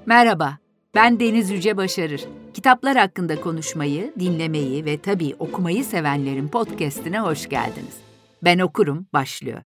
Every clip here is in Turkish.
Merhaba, ben Deniz Yüce Başarır. Kitaplar hakkında konuşmayı, dinlemeyi ve tabii okumayı sevenlerin podcast'ine hoş geldiniz. Ben okurum başlıyor.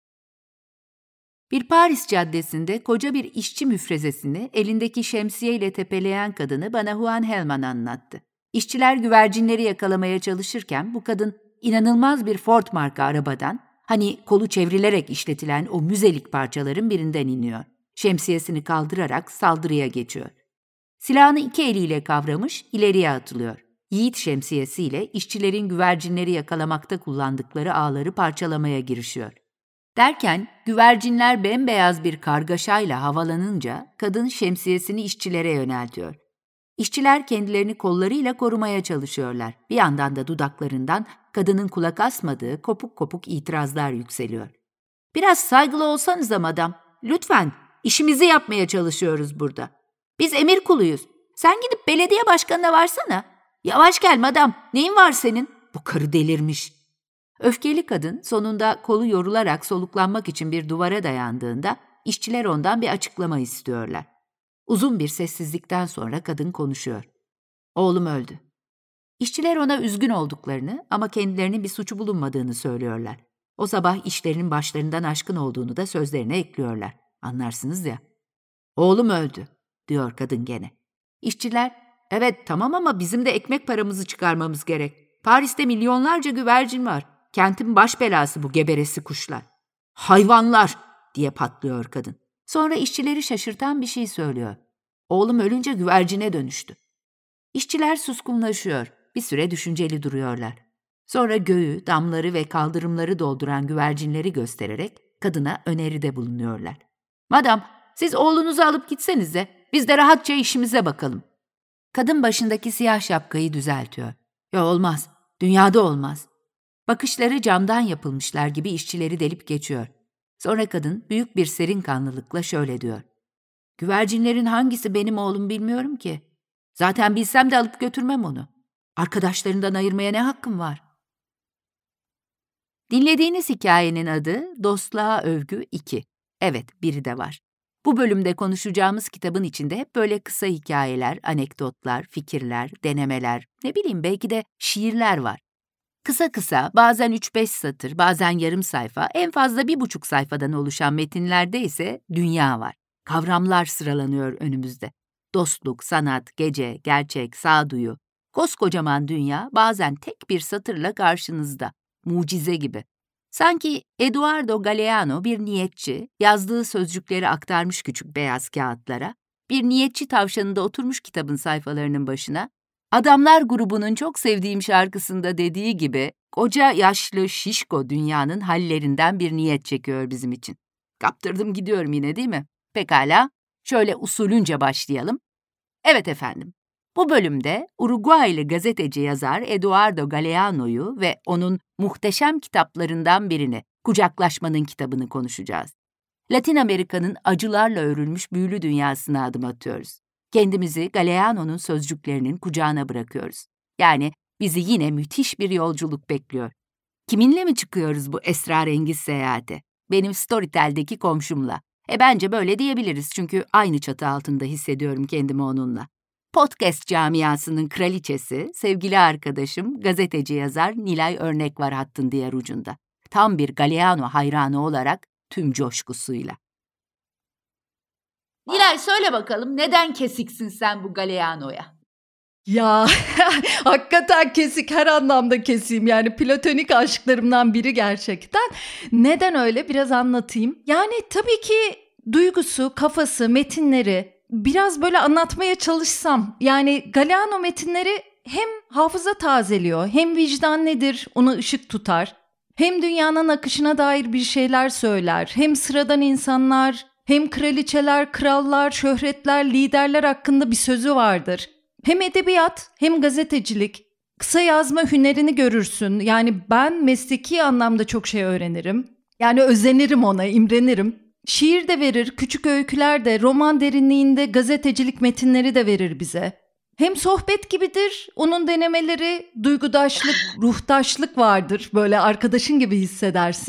Bir Paris caddesinde koca bir işçi müfrezesini elindeki şemsiyeyle tepeleyen kadını bana Juan Hellman anlattı. İşçiler güvercinleri yakalamaya çalışırken bu kadın inanılmaz bir Ford marka arabadan, hani kolu çevrilerek işletilen o müzelik parçaların birinden iniyor. Şemsiyesini kaldırarak saldırıya geçiyor. Silahını iki eliyle kavramış, ileriye atılıyor. Yiğit şemsiyesiyle işçilerin güvercinleri yakalamakta kullandıkları ağları parçalamaya girişiyor. Derken güvercinler bembeyaz bir kargaşayla havalanınca kadın şemsiyesini işçilere yöneltiyor. İşçiler kendilerini kollarıyla korumaya çalışıyorlar. Bir yandan da dudaklarından kadının kulak asmadığı kopuk kopuk itirazlar yükseliyor. "Biraz saygılı olsanıza madam. Lütfen, işimizi yapmaya çalışıyoruz burada. Biz emir kuluyuz. Sen gidip belediye başkanına varsana. Yavaş gel madam, neyin var senin? Bu karı delirmiş." Öfkeli kadın sonunda kolu yorularak soluklanmak için bir duvara dayandığında işçiler ondan bir açıklama istiyorlar. Uzun bir sessizlikten sonra kadın konuşuyor. "Oğlum öldü." İşçiler ona üzgün olduklarını ama kendilerinin bir suçu bulunmadığını söylüyorlar. O sabah işlerinin başlarından aşkın olduğunu da sözlerine ekliyorlar. Anlarsınız ya. "Oğlum öldü," diyor kadın gene. İşçiler, "Evet tamam ama bizim de ekmek paramızı çıkarmamız gerek. Paris'te milyonlarca güvercin var. Kentin baş belası bu geberesi kuşlar." "Hayvanlar!" diye patlıyor kadın. Sonra işçileri şaşırtan bir şey söylüyor. "Oğlum ölünce güvercine dönüştü." İşçiler suskunlaşıyor. Bir süre düşünceli duruyorlar. Sonra göğü, damları ve kaldırımları dolduran güvercinleri göstererek kadına öneride bulunuyorlar. "Madam, siz oğlunuzu alıp gitsenize, biz de rahatça işimize bakalım." Kadın başındaki siyah şapkayı düzeltiyor. "Ya olmaz, dünyada olmaz." Bakışları camdan yapılmışlar gibi işçileri delip geçiyor. Sonra kadın büyük bir serin kanlılıkla şöyle diyor. "Güvercinlerin hangisi benim oğlum bilmiyorum ki. Zaten bilsem de alıp götürmem onu. Arkadaşlarından ayırmaya ne hakkım var?" Dinlediğiniz hikayenin adı Dostluğa Övgü 2. Evet, biri de var. Bu bölümde konuşacağımız kitabın içinde hep böyle kısa hikayeler, anekdotlar, fikirler, denemeler, ne bileyim belki de şiirler var. Kısa kısa, bazen 3-5 satır, bazen yarım sayfa, en fazla 1,5 sayfadan oluşan metinlerde ise dünya var. Kavramlar sıralanıyor önümüzde. Dostluk, sanat, gece, gerçek, sağduyu. Koskocaman dünya bazen tek bir satırla karşınızda. Mucize gibi. Sanki Eduardo Galeano bir niyetçi, yazdığı sözcükleri aktarmış küçük beyaz kağıtlara, bir niyetçi tavşanında oturmuş kitabın sayfalarının başına, Adamlar grubunun çok sevdiğim şarkısında dediği gibi koca yaşlı şişko dünyanın hallerinden bir niyet çekiyor bizim için. Kaptırdım gidiyorum yine değil mi? Pekala, şöyle usulünce başlayalım. Evet efendim, bu bölümde Uruguaylı gazeteci yazar Eduardo Galeano'yu ve onun muhteşem kitaplarından birini, Kucaklaşmanın kitabını konuşacağız. Latin Amerika'nın acılarla örülmüş büyülü dünyasına adım atıyoruz. Kendimizi Galeano'nun sözcüklerinin kucağına bırakıyoruz. Yani bizi yine müthiş bir yolculuk bekliyor. Kiminle mi çıkıyoruz bu esrarengiz seyahate? Benim Storytel'deki komşumla. Bence böyle diyebiliriz çünkü aynı çatı altında hissediyorum kendimi onunla. Podcast camiasının kraliçesi, sevgili arkadaşım, gazeteci yazar Nilay Örnek var hattın diğer ucunda. Tam bir Galeano hayranı olarak tüm coşkusuyla. Nilay söyle bakalım neden kesiksin sen bu Galeano'ya? Ya hakikaten kesik, her anlamda keseyim, yani platonik aşklarımdan biri gerçekten. Neden öyle, biraz anlatayım. Yani tabii ki duygusu, kafası, metinleri biraz böyle anlatmaya çalışsam, yani Galeano metinleri hem hafıza tazeliyor, hem vicdan nedir ona ışık tutar, hem dünyanın akışına dair bir şeyler söyler, hem sıradan insanlar, hem kraliçeler, krallar, şöhretler, liderler hakkında bir sözü vardır. Hem edebiyat hem gazetecilik, kısa yazma hünerini görürsün. Yani ben mesleki anlamda çok şey öğrenirim. Yani özenirim ona, imrenirim. Şiir de verir, küçük öyküler de, roman derinliğinde gazetecilik metinleri de verir bize. Hem sohbet gibidir, onun denemeleri, duygudaşlık, ruhtaşlık vardır. Böyle arkadaşın gibi hissedersin.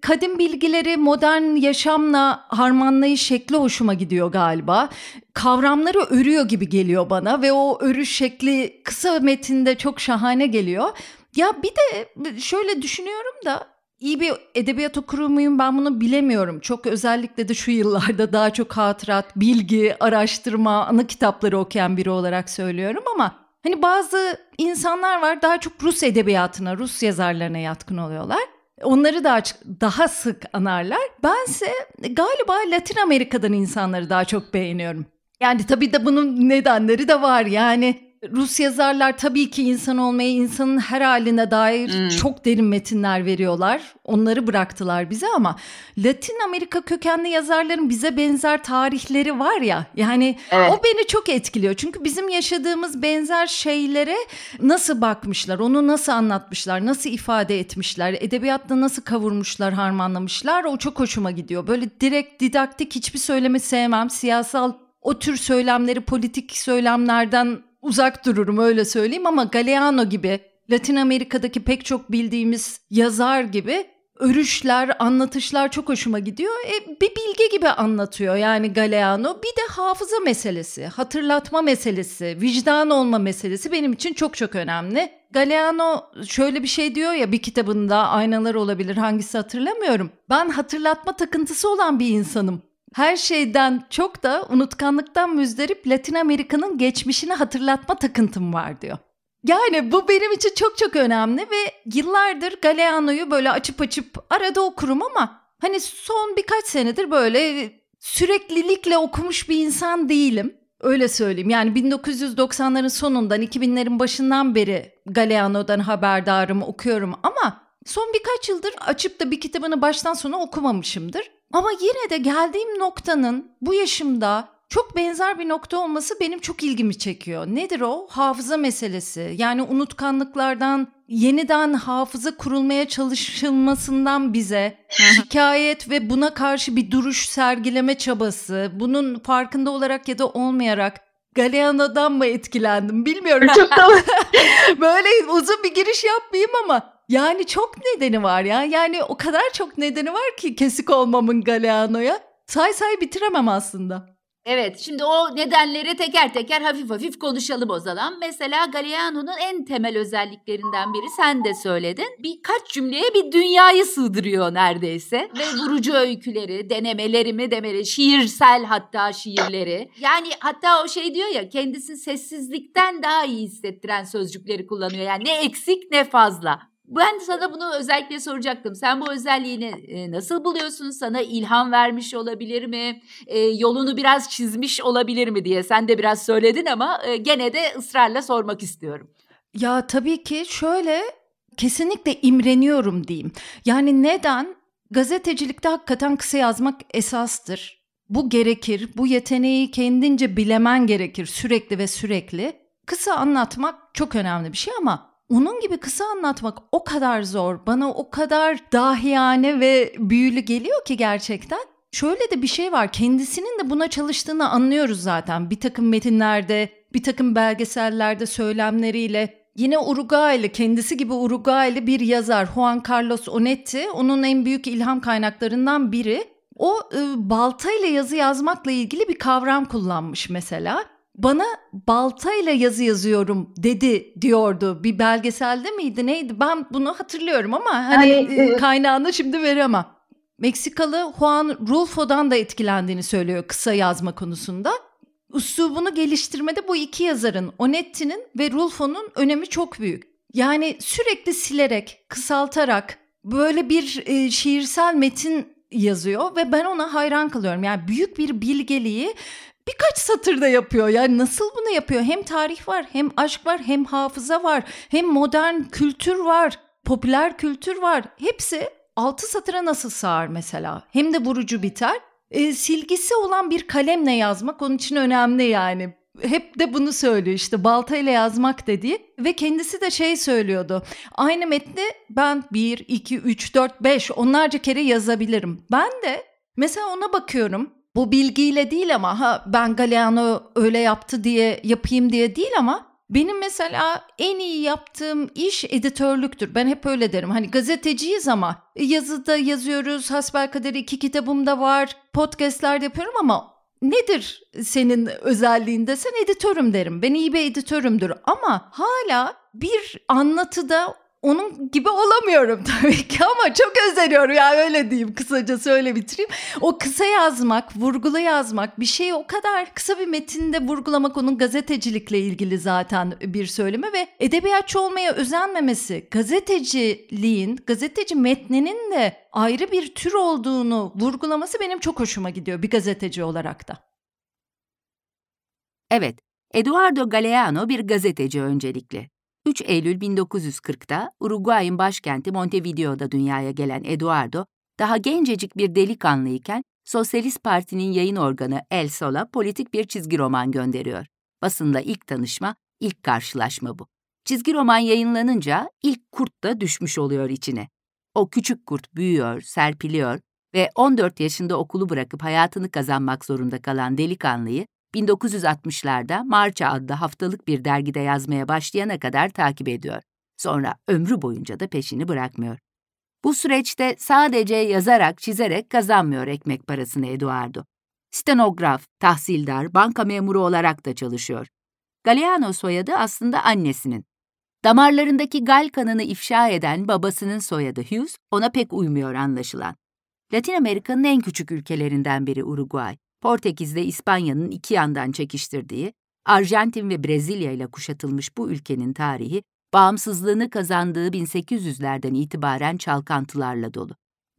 kadim bilgileri modern yaşamla harmanlayış şekli hoşuma gidiyor galiba. Kavramları örüyor gibi geliyor bana ve o örüş şekli kısa metinde çok şahane geliyor. Ya bir de şöyle düşünüyorum da iyi bir edebiyat okuru muyum ben bunu bilemiyorum. Çok özellikle de şu yıllarda daha çok hatırat, bilgi, araştırma, anı kitapları okuyan biri olarak söylüyorum ama hani bazı insanlar var daha çok Rus edebiyatına, Rus yazarlarına yatkın oluyorlar. Onları daha sık anarlar. Bense galiba Latin Amerika'dan insanları daha çok beğeniyorum. Yani tabii de bunun nedenleri de var. Yani Rus yazarlar tabii ki insan olmayı, insanın her haline dair çok derin metinler veriyorlar. Onları bıraktılar bize ama Latin Amerika kökenli yazarların bize benzer tarihleri var ya. Yani evet. O beni çok etkiliyor. Çünkü bizim yaşadığımız benzer şeylere nasıl bakmışlar, onu nasıl anlatmışlar, nasıl ifade etmişler, edebiyatla nasıl kavurmuşlar, harmanlamışlar. O çok hoşuma gidiyor. Böyle direkt didaktik hiçbir söylemi sevmem. Siyasal o tür söylemleri, politik söylemlerden uzak dururum öyle söyleyeyim ama Galeano gibi Latin Amerika'daki pek çok bildiğimiz yazar gibi örüşler, anlatışlar çok hoşuma gidiyor. Bir bilgi gibi anlatıyor yani Galeano. Bir de hafıza meselesi, hatırlatma meselesi, vicdan olma meselesi benim için çok çok önemli. Galeano şöyle bir şey diyor ya bir kitabında, Aynalar olabilir hangisi hatırlamıyorum. Ben hatırlatma takıntısı olan bir insanım. Her şeyden çok da unutkanlıktan müzdarip Latin Amerika'nın geçmişini hatırlatma takıntım var diyor. Yani bu benim için çok çok önemli ve yıllardır Galeano'yu böyle açıp arada okurum ama hani son birkaç senedir böyle süreklilikle okumuş bir insan değilim. Öyle söyleyeyim. Yani 1990'ların sonundan 2000'lerin başından beri Galeano'dan haberdarım, okuyorum ama son birkaç yıldır açıp da bir kitabını baştan sona okumamışımdır. Ama yine de geldiğim noktanın bu yaşımda çok benzer bir nokta olması benim çok ilgimi çekiyor. Nedir o? Hafıza meselesi. Yani unutkanlıklardan yeniden hafıza kurulmaya çalışılmasından bize şikayet ve buna karşı bir duruş sergileme çabası. Bunun farkında olarak ya da olmayarak Galeano'dan mı etkilendim bilmiyorum. Çok da böyle uzun bir giriş yapmayayım ama yani çok nedeni var ya. Yani o kadar çok nedeni var ki kesik olmamın Galeano'ya. Say bitiremem aslında. Evet, şimdi o nedenleri teker teker hafif hafif konuşalım o zaman. Mesela Galeano'nun en temel özelliklerinden biri sen de söyledin. Birkaç cümleye bir dünyayı sığdırıyor neredeyse. Ve vurucu öyküleri, denemeleri mi demeli, şiirsel hatta şiirleri. Yani hatta o şey diyor ya, kendisi sessizlikten daha iyi hissettiren sözcükleri kullanıyor. Yani ne eksik ne fazla. Ben sana bunu özellikle soracaktım. Sen bu özelliğini nasıl buluyorsun? Sana ilham vermiş olabilir mi? Yolunu biraz çizmiş olabilir mi diye. Sen de biraz söyledin ama gene de ısrarla sormak istiyorum. Ya tabii ki şöyle kesinlikle imreniyorum diyeyim. Yani neden? Gazetecilikte hakikaten kısa yazmak esastır. Bu gerekir. Bu yeteneği kendince bilemen gerekir sürekli ve sürekli. Kısa anlatmak çok önemli bir şey ama onun gibi kısa anlatmak o kadar zor, bana o kadar dahiyane ve büyülü geliyor ki gerçekten. Şöyle de bir şey var, kendisinin de buna çalıştığını anlıyoruz zaten. Bir takım metinlerde, bir takım belgesellerde söylemleriyle. Yine Uruguaylı, kendisi gibi Uruguaylı bir yazar Juan Carlos Onetti, onun en büyük ilham kaynaklarından biri. O baltayla yazı yazmakla ilgili bir kavram kullanmış mesela. Bana baltayla yazı yazıyorum dedi diyordu. Bir belgeselde miydi neydi? Ben bunu hatırlıyorum ama hani kaynağını şimdi veremem. Meksikalı Juan Rulfo'dan da etkilendiğini söylüyor kısa yazma konusunda. Üslubunu geliştirmede bu iki yazarın, Onetti'nin ve Rulfo'nun önemi çok büyük. Yani sürekli silerek, kısaltarak böyle bir şiirsel metin yazıyor ve ben ona hayran kalıyorum. Yani büyük bir bilgeliği birkaç satırda yapıyor. Yani nasıl bunu yapıyor? Hem tarih var, hem aşk var, hem hafıza var, hem modern kültür var, popüler kültür var. Hepsi 6 satıra nasıl sığar mesela? Hem de vurucu biter. Silgisi olan bir kalemle yazmak onun için önemli yani. Hep de bunu söylüyor işte, baltayla yazmak dediği ve kendisi de şey söylüyordu. Aynı metni ben 1, 2, 3, 4, 5 onlarca kere yazabilirim. Ben de mesela ona bakıyorum. Bu bilgiyle değil ama ben Galeano öyle yaptı diye yapayım diye değil ama Benim mesela en iyi yaptığım iş editörlüktür. Ben hep öyle derim. Hani gazeteciyiz ama yazıda yazıyoruz, hasbelkader 2 kitabım da var, podcastler yapıyorum ama nedir senin özelliğin desen editörüm derim. Ben iyi bir editörümdür ama hala bir anlatıda onun gibi olamıyorum tabii ki ama çok özeniyorum yani öyle diyeyim, kısaca öyle bitireyim. O kısa yazmak, vurgulu yazmak, bir şeyi o kadar kısa bir metinde vurgulamak, onun gazetecilikle ilgili zaten bir söylemi ve edebiyatçı olmaya özenmemesi, gazeteciliğin, gazeteci metninin de ayrı bir tür olduğunu vurgulaması benim çok hoşuma gidiyor bir gazeteci olarak da. Evet, Eduardo Galeano bir gazeteci öncelikle. 3 Eylül 1940'da Uruguay'ın başkenti Montevideo'da dünyaya gelen Eduardo, daha gencecik bir delikanlıyken Sosyalist Parti'nin yayın organı El Sol'a politik bir çizgi roman gönderiyor. Basınla ilk tanışma, ilk karşılaşma bu. Çizgi roman yayınlanınca ilk kurt da düşmüş oluyor içine. O küçük kurt büyüyor, serpiliyor ve 14 yaşında okulu bırakıp hayatını kazanmak zorunda kalan delikanlıyı 1960'larda Marcha adlı haftalık bir dergide yazmaya başlayana kadar takip ediyor. Sonra ömrü boyunca da peşini bırakmıyor. Bu süreçte sadece yazarak, çizerek kazanmıyor ekmek parasını Eduardo. Stenograf, tahsildar, banka memuru olarak da çalışıyor. Galeano soyadı aslında annesinin. Damarlarındaki gal kanını ifşa eden babasının soyadı Hughes ona pek uymuyor anlaşılan. Latin Amerika'nın en küçük ülkelerinden biri Uruguay. Portekiz'le İspanya'nın iki yandan çekiştirdiği, Arjantin ve Brezilya ile kuşatılmış bu ülkenin tarihi, bağımsızlığını kazandığı 1800'lerden itibaren çalkantılarla dolu.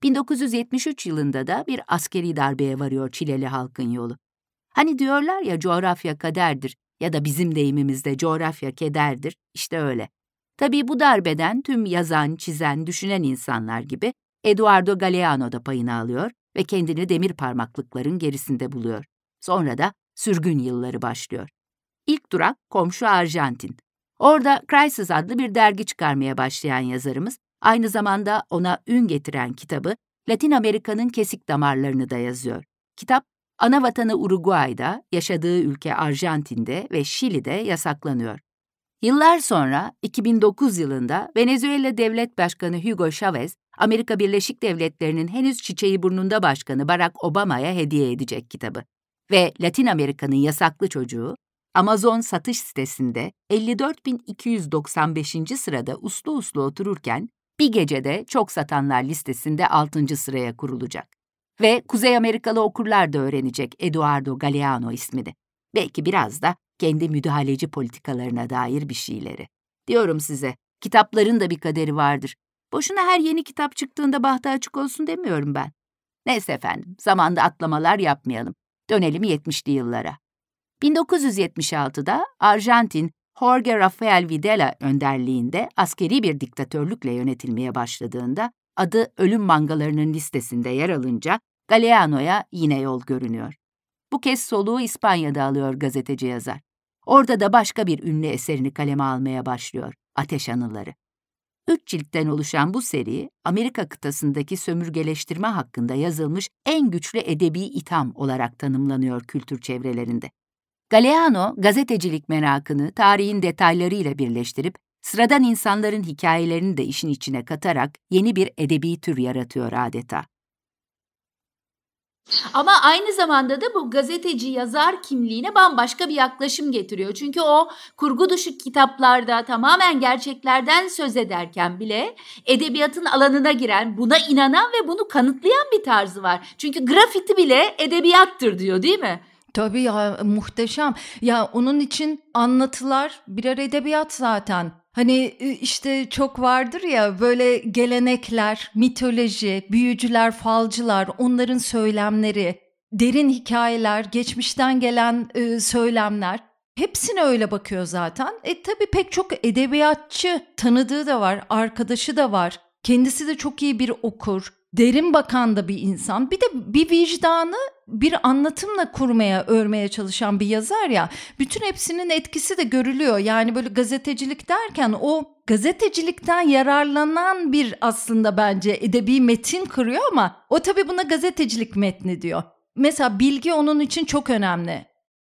1973 yılında da bir askeri darbeye varıyor Çileli halkın yolu. Hani diyorlar ya coğrafya kaderdir ya da bizim deyimimizde coğrafya kederdir, işte öyle. Tabii bu darbeden tüm yazan, çizen, düşünen insanlar gibi Eduardo Galeano da payını alıyor ve kendini demir parmaklıkların gerisinde buluyor. Sonra da sürgün yılları başlıyor. İlk durak komşu Arjantin. Orada Crisis adlı bir dergi çıkarmaya başlayan yazarımız, aynı zamanda ona ün getiren kitabı Latin Amerika'nın kesik damarlarını da yazıyor. Kitap, ana vatanı Uruguay'da, yaşadığı ülke Arjantin'de ve Şili'de yasaklanıyor. Yıllar sonra 2009 yılında Venezuela Devlet Başkanı Hugo Chavez, Amerika Birleşik Devletleri'nin henüz çiçeği burnunda başkanı Barack Obama'ya hediye edecek kitabı. Ve Latin Amerika'nın yasaklı çocuğu, Amazon satış sitesinde 54.295. sırada uslu uslu otururken, bir gecede çok satanlar listesinde 6. sıraya kurulacak. Ve Kuzey Amerikalı okurlar da öğrenecek Eduardo Galeano ismini. Belki biraz da kendi müdahaleci politikalarına dair bir şeyleri. Diyorum size, kitapların da bir kaderi vardır. Boşuna her yeni kitap çıktığında bahtı açık olsun demiyorum ben. Neyse efendim, zamanda atlamalar yapmayalım. Dönelim 70'li yıllara. 1976'da Arjantin, Jorge Rafael Videla önderliğinde askeri bir diktatörlükle yönetilmeye başladığında adı ölüm mangalarının listesinde yer alınca Galeano'ya yine yol görünüyor. Bu kez soluğu İspanya'da alıyor gazeteci yazar. Orada da başka bir ünlü eserini kaleme almaya başlıyor, Ateş Anıları. 3 ciltten oluşan bu seri, Amerika kıtasındaki sömürgeleştirme hakkında yazılmış en güçlü edebi itham olarak tanımlanıyor kültür çevrelerinde. Galeano, gazetecilik merakını tarihin detaylarıyla birleştirip, sıradan insanların hikayelerini de işin içine katarak yeni bir edebi tür yaratıyor adeta. Ama aynı zamanda da bu gazeteci yazar kimliğine bambaşka bir yaklaşım getiriyor. Çünkü o kurgu dışı kitaplarda tamamen gerçeklerden söz ederken bile edebiyatın alanına giren, buna inanan ve bunu kanıtlayan bir tarzı var. Çünkü grafiti bile edebiyattır diyor, değil mi? Tabii ya, muhteşem. Ya onun için anlatılar birer edebiyat zaten. Hani işte çok vardır ya böyle gelenekler, mitoloji, büyücüler, falcılar, onların söylemleri, derin hikayeler, geçmişten gelen söylemler. Hepsine öyle bakıyor zaten. Tabii pek çok edebiyatçı tanıdığı da var, arkadaşı da var. Kendisi de çok iyi bir okur. Derin bakan da bir insan. Bir de bir vicdanı bir anlatımla kurmaya, örmeye çalışan bir yazar ya. Bütün hepsinin etkisi de görülüyor. Yani böyle gazetecilik derken o gazetecilikten yararlanan bir aslında bence edebi metin kırıyor ama o tabii buna gazetecilik metni diyor. Mesela bilgi onun için çok önemli.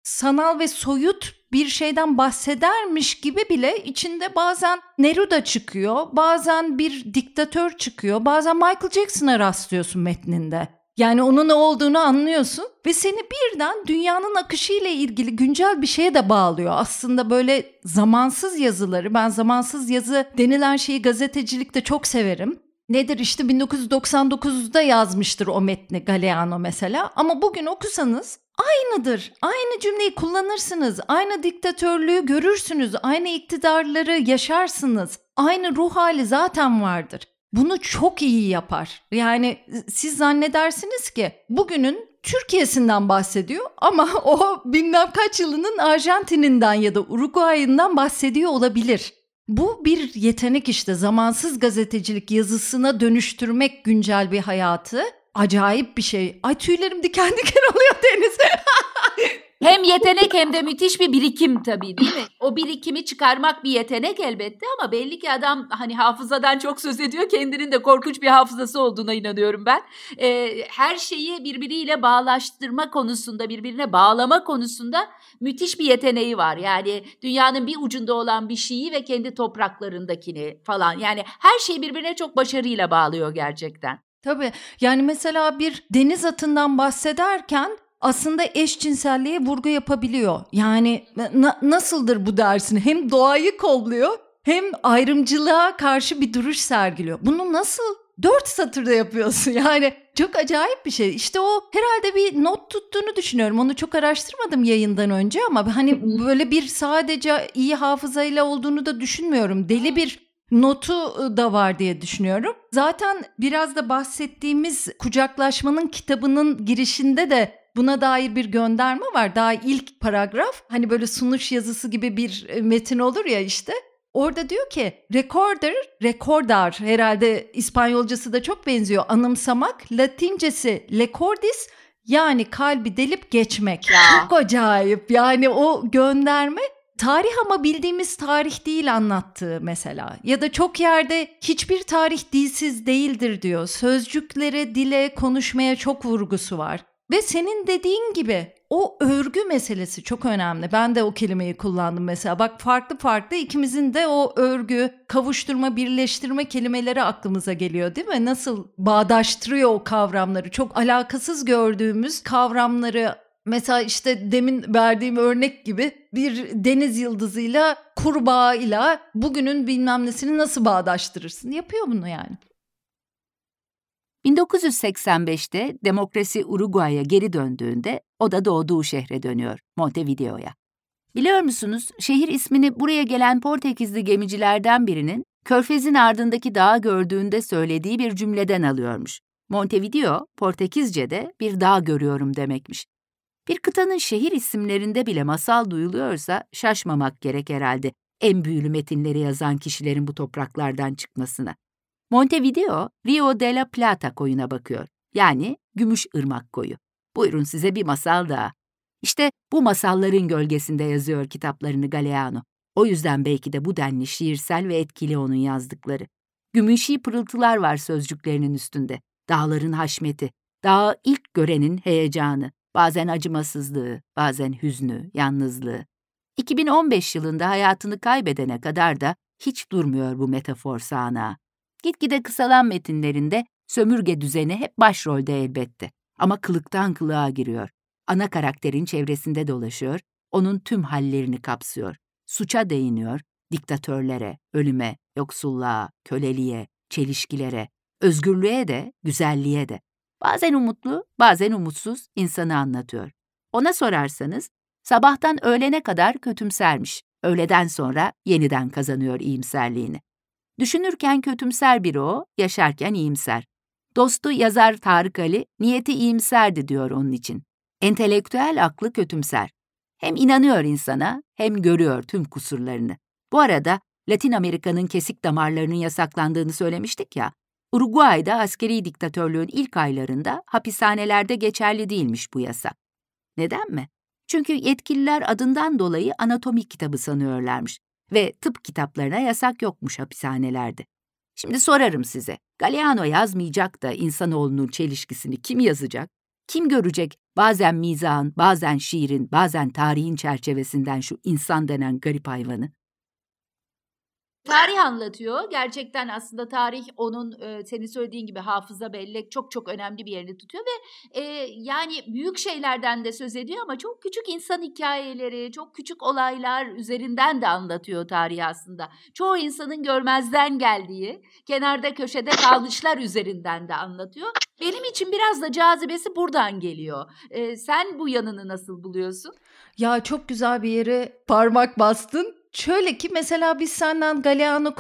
sanal ve soyut bir şeyden bahsedermiş gibi bile içinde bazen Neruda çıkıyor, bazen bir diktatör çıkıyor, bazen Michael Jackson'a rastlıyorsun metninde. Yani onun ne olduğunu anlıyorsun ve seni birden dünyanın akışıyla ilgili güncel bir şeye de bağlıyor. Aslında böyle zamansız yazıları, ben zamansız yazı denilen şeyi gazetecilikte çok severim. Nedir işte 1999'da yazmıştır o metni Galeano mesela, ama bugün okusanız aynıdır. Aynı cümleyi kullanırsınız, aynı diktatörlüğü görürsünüz, aynı iktidarları yaşarsınız. Aynı ruh hali zaten vardır. Bunu çok iyi yapar. Yani siz zannedersiniz ki bugünün Türkiye'sinden bahsediyor ama o bilmem kaç yılının Arjantin'inden ya da Uruguay'ından bahsediyor olabilir. Bu bir yetenek işte, zamansız gazetecilik yazısına dönüştürmek güncel bir hayatı. Acayip bir şey. Ay tüylerim diken diken oluyor Deniz. Hem yetenek hem de müthiş bir birikim tabii, değil mi? O birikimi çıkarmak bir yetenek elbette ama belli ki adam hani hafızadan çok söz ediyor. Kendinin de korkunç bir hafızası olduğuna inanıyorum ben. Her şeyi birbiriyle bağlaştırma konusunda, birbirine bağlama konusunda müthiş bir yeteneği var. Yani dünyanın bir ucunda olan bir şeyi ve kendi topraklarındakini falan. Yani her şeyi birbirine çok başarıyla bağlıyor gerçekten. Tabii, yani mesela bir deniz atından bahsederken aslında eşcinselliğe vurgu yapabiliyor. Yani nasıldır bu dersin? Hem doğayı kolluyor hem ayrımcılığa karşı bir duruş sergiliyor. Bunu nasıl 4 satırda yapıyorsun? Yani çok acayip bir şey. İşte o herhalde bir not tuttuğunu düşünüyorum. Onu çok araştırmadım yayından önce ama hani böyle bir sadece iyi hafızayla olduğunu da düşünmüyorum. Deli bir notu da var diye düşünüyorum. Zaten biraz da bahsettiğimiz Kucaklaşmanın kitabının girişinde de buna dair bir gönderme var. Daha ilk paragraf, hani böyle sunuş yazısı gibi bir metin olur ya işte. Orada diyor ki recordar, herhalde İspanyolcası da çok benziyor, anımsamak. Latincesi lecordis, yani kalbi delip geçmek. Ya. Çok acayip yani o gönderme. Tarih ama bildiğimiz tarih değil anlattığı mesela. Ya da çok yerde hiçbir tarih dilsiz değildir diyor. Sözcüklere, dile, konuşmaya çok vurgusu var. Ve senin dediğin gibi o örgü meselesi çok önemli. Ben de o kelimeyi kullandım mesela. Bak farklı ikimizin de o örgü, kavuşturma, birleştirme kelimeleri aklımıza geliyor değil mi? Nasıl bağdaştırıyor o kavramları. Çok alakasız gördüğümüz kavramları. Mesela işte demin verdiğim örnek gibi bir deniz yıldızıyla, kurbağayla bugünün bilmem nesini nasıl bağdaştırırsın? Yapıyor bunu yani. 1985'te demokrasi Uruguay'a geri döndüğünde o da doğduğu şehre dönüyor, Montevideo'ya. Biliyor musunuz, şehir ismini buraya gelen Portekizli gemicilerden birinin Körfez'in ardındaki dağı gördüğünde söylediği bir cümleden alıyormuş. Montevideo, Portekizce'de bir dağ görüyorum demekmiş. Bir kıtanın şehir isimlerinde bile masal duyuluyorsa şaşmamak gerek herhalde en büyülü metinleri yazan kişilerin bu topraklardan çıkmasına. Montevideo, Rio de la Plata koyuna bakıyor. Yani Gümüş Irmak koyu. Buyurun size bir masal daha. İşte bu masalların gölgesinde yazıyor kitaplarını Galeano. O yüzden belki de bu denli şiirsel ve etkili onun yazdıkları. Gümüşi pırıltılar var sözcüklerinin üstünde. Dağların haşmeti, dağı ilk görenin heyecanı, bazen acımasızlığı, bazen hüznü, yalnızlığı. 2015 yılında hayatını kaybedene kadar da hiç durmuyor bu metafor sahnağı. Gitgide kısalan metinlerinde sömürge düzeni hep başrolde elbette. Ama kılıktan kılığa giriyor. Ana karakterin çevresinde dolaşıyor, onun tüm hallerini kapsıyor. Suça değiniyor, diktatörlere, ölüme, yoksulluğa, köleliğe, çelişkilere, özgürlüğe de, güzelliğe de. Bazen umutlu, bazen umutsuz insanı anlatıyor. Ona sorarsanız, sabahtan öğlene kadar kötümsermiş, öğleden sonra yeniden kazanıyor iyimserliğini. Düşünürken kötümser biri o, yaşarken iyimser. Dostu yazar Tarık Ali, niyeti iyimserdi diyor onun için. Entelektüel aklı kötümser. Hem inanıyor insana, hem görüyor tüm kusurlarını. Bu arada Latin Amerika'nın kesik damarlarının yasaklandığını söylemiştik ya, Uruguay'da askeri diktatörlüğün ilk aylarında hapishanelerde geçerli değilmiş bu yasak. Neden mi? Çünkü yetkililer adından dolayı anatomi kitabı sanıyorlarmış ve tıp kitaplarına yasak yokmuş hapishanelerde. Şimdi sorarım size, Galeano yazmayacak da insanoğlunun çelişkisini kim yazacak? Kim görecek bazen mizahın, bazen şiirin, bazen tarihin çerçevesinden şu insan denen garip hayvanı? Tarih anlatıyor. Gerçekten aslında tarih onun senin söylediğin gibi hafıza, bellek çok çok önemli bir yerini tutuyor ve yani büyük şeylerden de söz ediyor ama çok küçük insan hikayeleri, çok küçük olaylar üzerinden de anlatıyor tarihi aslında. Çoğu insanın görmezden geldiği, kenarda köşede kalmışlar üzerinden de anlatıyor. Benim için biraz da cazibesi buradan geliyor. Sen bu yanını nasıl buluyorsun? Ya çok güzel bir yere parmak bastın. Şöyle ki mesela biz senden Galeano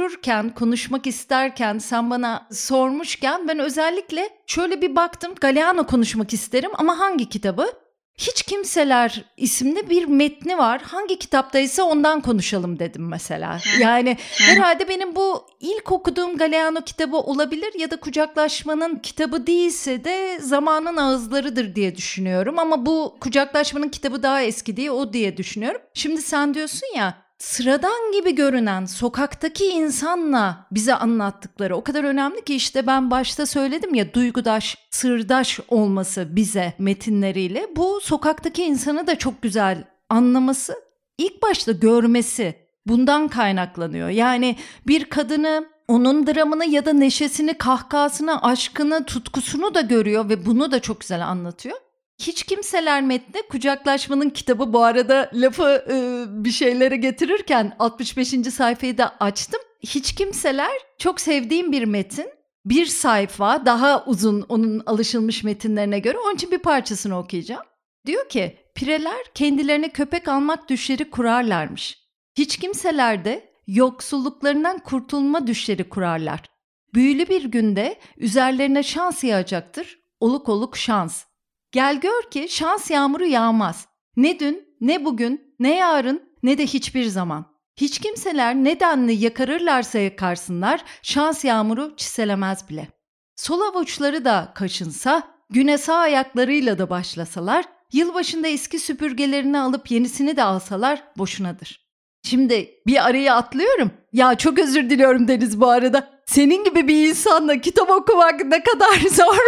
konuşmak isterken sen bana sormuşken ben özellikle şöyle bir baktım. Galeano konuşmak isterim ama hangi kitabı? Hiç Kimseler isimli bir metni var. Hangi kitaptaysa ondan konuşalım dedim mesela. Yani herhalde benim bu ilk okuduğum Galeano kitabı olabilir ya da Kucaklaşmanın kitabı değilse de Zamanın Ağızlarıdır diye düşünüyorum. Ama bu Kucaklaşmanın kitabı daha eski diye düşünüyorum. Şimdi sen diyorsun ya, sıradan gibi görünen sokaktaki insanla bize anlattıkları o kadar önemli ki işte ben başta söyledim ya, duygudaş, sırdaş olması bize metinleriyle bu sokaktaki insanı da çok güzel anlaması, ilk başta görmesi bundan kaynaklanıyor. Yani bir kadını, onun dramını ya da neşesini, kahkahasını, aşkını, tutkusunu da görüyor ve bunu da çok güzel anlatıyor. Hiç Kimseler metni Kucaklaşmanın kitabı, bu arada lafı bir şeylere getirirken 65. sayfayı da açtım. Hiç Kimseler çok sevdiğim bir metin. Bir sayfa daha uzun onun alışılmış metinlerine göre. Onun için bir parçasını okuyacağım. Diyor ki, pireler kendilerine köpek almak düşleri kurarlarmış. Hiç kimseler de yoksulluklarından kurtulma düşleri kurarlar. Büyülü bir günde üzerlerine şans yağacaktır. Oluk oluk şans. Gel gör ki şans yağmuru yağmaz. Ne dün, ne bugün, ne yarın, ne de hiçbir zaman. Hiç kimseler nedenli yakarırlarsa yakarsınlar, şans yağmuru çiselemez bile. Sol avuçları da kaşınsa, güne sağ ayaklarıyla da başlasalar, yılbaşında eski süpürgelerini alıp yenisini de alsalar boşunadır. Şimdi bir araya atlıyorum. Ya çok özür diliyorum Deniz bu arada. Senin gibi bir insanla kitap okumak ne kadar zor.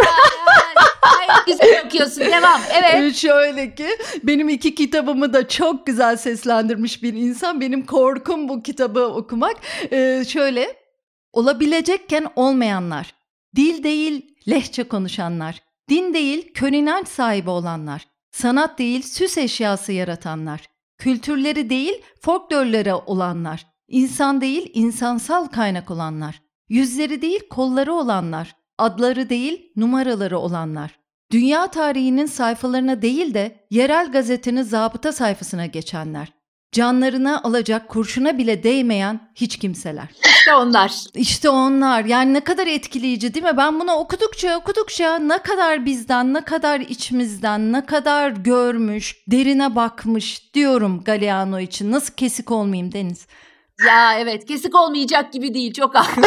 Hayır, güzel okuyorsun. Devam. Evet. Şöyle ki benim 2 kitabımı da çok güzel seslendirmiş bir insan. Benim korkum bu kitabı okumak. Şöyle, olabilecekken olmayanlar, dil değil lehçe konuşanlar, din değil kör inanç sahibi olanlar, sanat değil süs eşyası yaratanlar, kültürleri değil folklorları olanlar, insan değil insansal kaynak olanlar, yüzleri değil kolları olanlar, adları değil numaraları olanlar, dünya tarihinin sayfalarına değil de yerel gazetenin zabıta sayfasına geçenler, canlarına alacak kurşuna bile değmeyen hiç kimseler. İşte onlar. İşte onlar. Yani ne kadar etkileyici değil mi? Ben bunu okudukça ne kadar bizden, ne kadar içimizden, ne kadar görmüş, derine bakmış diyorum Galeano için. Nasıl kesik olmayayım Deniz? Ya evet, kesik olmayacak gibi değil, çok haklı.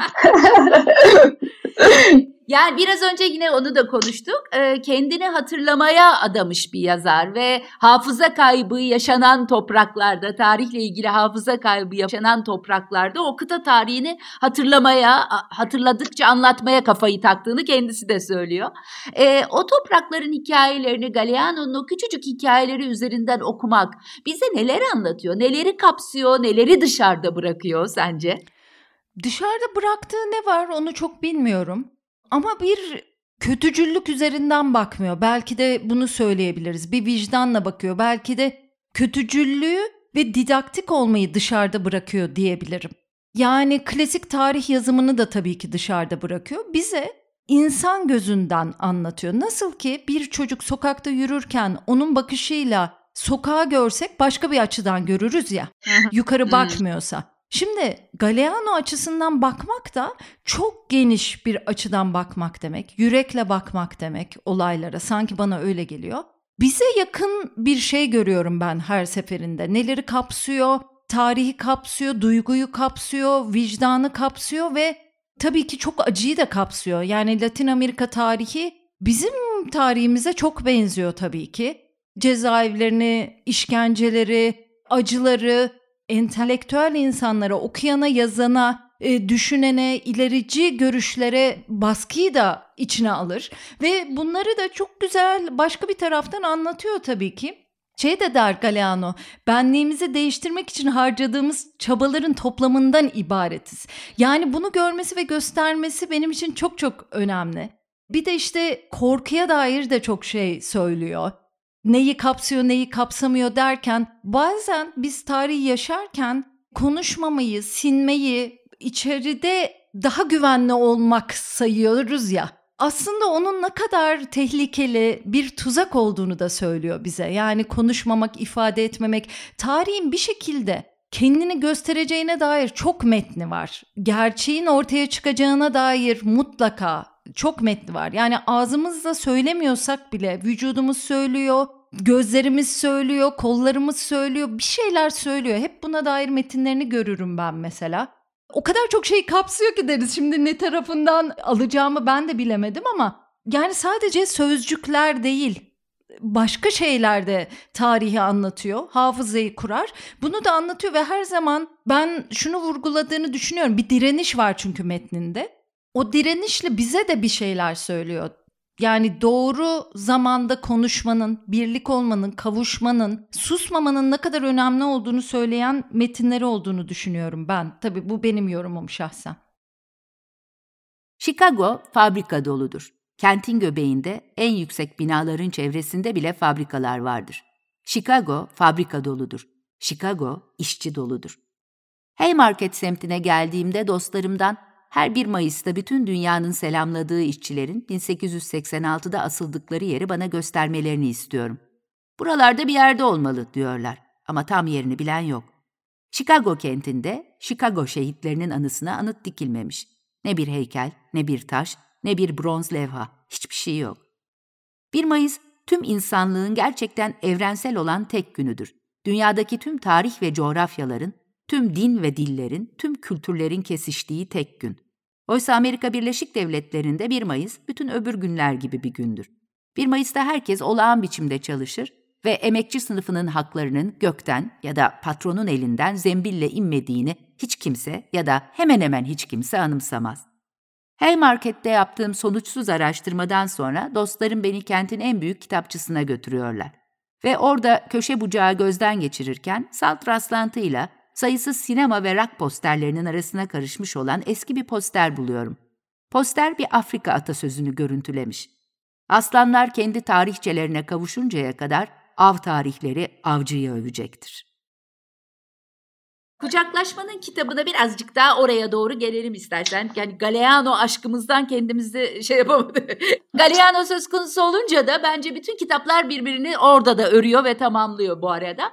Yani biraz önce yine onu da konuştuk. Kendini hatırlamaya adamış bir yazar ve hafıza kaybı yaşanan topraklarda, tarihle ilgili hafıza kaybı yaşanan topraklarda o kıta tarihini hatırladıkça anlatmaya kafayı taktığını kendisi de söylüyor. O toprakların hikayelerini, Galeano'nun o küçücük hikayeleri üzerinden okumak bize neler anlatıyor, neleri kapsıyor, neleri dışarıda bırakıyor sence? Dışarıda bıraktığı ne var onu çok bilmiyorum. Ama bir kötücüllük üzerinden bakmıyor. Belki de bunu söyleyebiliriz. Bir vicdanla bakıyor. Belki de kötücüllüğü ve didaktik olmayı dışarıda bırakıyor diyebilirim. Yani klasik tarih yazımını da tabii ki dışarıda bırakıyor. Bize insan gözünden anlatıyor. Nasıl ki bir çocuk sokakta yürürken onun bakışıyla sokağı görsek başka bir açıdan görürüz ya. Yukarı bakmıyorsa. Şimdi Galeano açısından bakmak da çok geniş bir açıdan bakmak demek. Yürekle bakmak demek olaylara. Sanki bana öyle geliyor. Bize yakın bir şey görüyorum ben her seferinde. Neleri kapsıyor? Tarihi kapsıyor, duyguyu kapsıyor, vicdanı kapsıyor ve tabii ki çok acıyı da kapsıyor. Yani Latin Amerika tarihi bizim tarihimize çok benziyor tabii ki. Cezaevlerini, işkenceleri, acıları, entelektüel insanlara, okuyana, yazana düşünene, ilerici görüşlere baskıyı da içine alır. Ve bunları da çok güzel başka bir taraftan anlatıyor tabii ki. De der Galeano, benliğimizi değiştirmek için harcadığımız çabaların toplamından ibaretiz. Yani bunu görmesi ve göstermesi benim için çok çok önemli. Bir de işte korkuya dair de çok şey söylüyor. Neyi kapsıyor, neyi kapsamıyor derken bazen biz tarihi yaşarken konuşmamayı, sinmeyi, içeride daha güvenli olmak sayıyoruz ya. Aslında onun ne kadar tehlikeli bir tuzak olduğunu da söylüyor bize. Yani konuşmamak, ifade etmemek, tarihin bir şekilde kendini göstereceğine dair çok metni var. Gerçeğin ortaya çıkacağına dair mutlaka çok metni var. Yani ağzımızla söylemiyorsak bile vücudumuz söylüyor, gözlerimiz söylüyor, kollarımız söylüyor, bir şeyler söylüyor. Hep buna dair metinlerini görürüm ben mesela. O kadar çok şey kapsıyor ki deriz. Şimdi ne tarafından alacağımı ben de bilemedim ama yani sadece sözcükler değil, başka şeyler de tarihi anlatıyor, hafızayı kurar. Bunu da anlatıyor ve her zaman ben şunu vurguladığını düşünüyorum. Bir direniş var çünkü metninde. O direnişle bize de bir şeyler söylüyor. Yani doğru zamanda konuşmanın, birlik olmanın, kavuşmanın, susmamanın ne kadar önemli olduğunu söyleyen metinleri olduğunu düşünüyorum ben. Tabii bu benim yorumum şahsen. Chicago fabrika doludur. Kentin göbeğinde en yüksek binaların çevresinde bile fabrikalar vardır. Chicago fabrika doludur. Chicago işçi doludur. Haymarket semtine geldiğimde dostlarımdan her 1 Mayıs'ta bütün dünyanın selamladığı işçilerin 1886'da asıldıkları yeri bana göstermelerini istiyorum. Buralarda bir yerde olmalı diyorlar ama tam yerini bilen yok. Chicago kentinde Chicago şehitlerinin anısına anıt dikilmemiş. Ne bir heykel, ne bir taş, ne bir bronz levha, hiçbir şey yok. 1 Mayıs tüm insanlığın gerçekten evrensel olan tek günüdür. Dünyadaki tüm tarih ve coğrafyaların, tüm din ve dillerin, tüm kültürlerin kesiştiği tek gün. Oysa Amerika Birleşik Devletleri'nde 1 Mayıs bütün öbür günler gibi bir gündür. 1 Mayıs'ta herkes olağan biçimde çalışır ve emekçi sınıfının haklarının gökten ya da patronun elinden zembille inmediğini hiç kimse ya da hemen hemen hiç kimse anımsamaz. Haymarket'te yaptığım sonuçsuz araştırmadan sonra dostlarım beni kentin en büyük kitapçısına götürüyorlar. Ve orada köşe bucağı gözden geçirirken salt rastlantıyla sayısız sinema ve rock posterlerinin arasına karışmış olan eski bir poster buluyorum. Poster bir Afrika atasözünü görüntülemiş. Aslanlar kendi tarihçelerine kavuşuncaya kadar av tarihleri avcıyı övecektir. Kucaklaşmanın kitabına birazcık daha oraya doğru gelelim istersen. Yani Galeano aşkımızdan kendimizi yapamadık. Galeano söz konusu olunca da bence bütün kitaplar birbirini orada da örüyor ve tamamlıyor bu arada.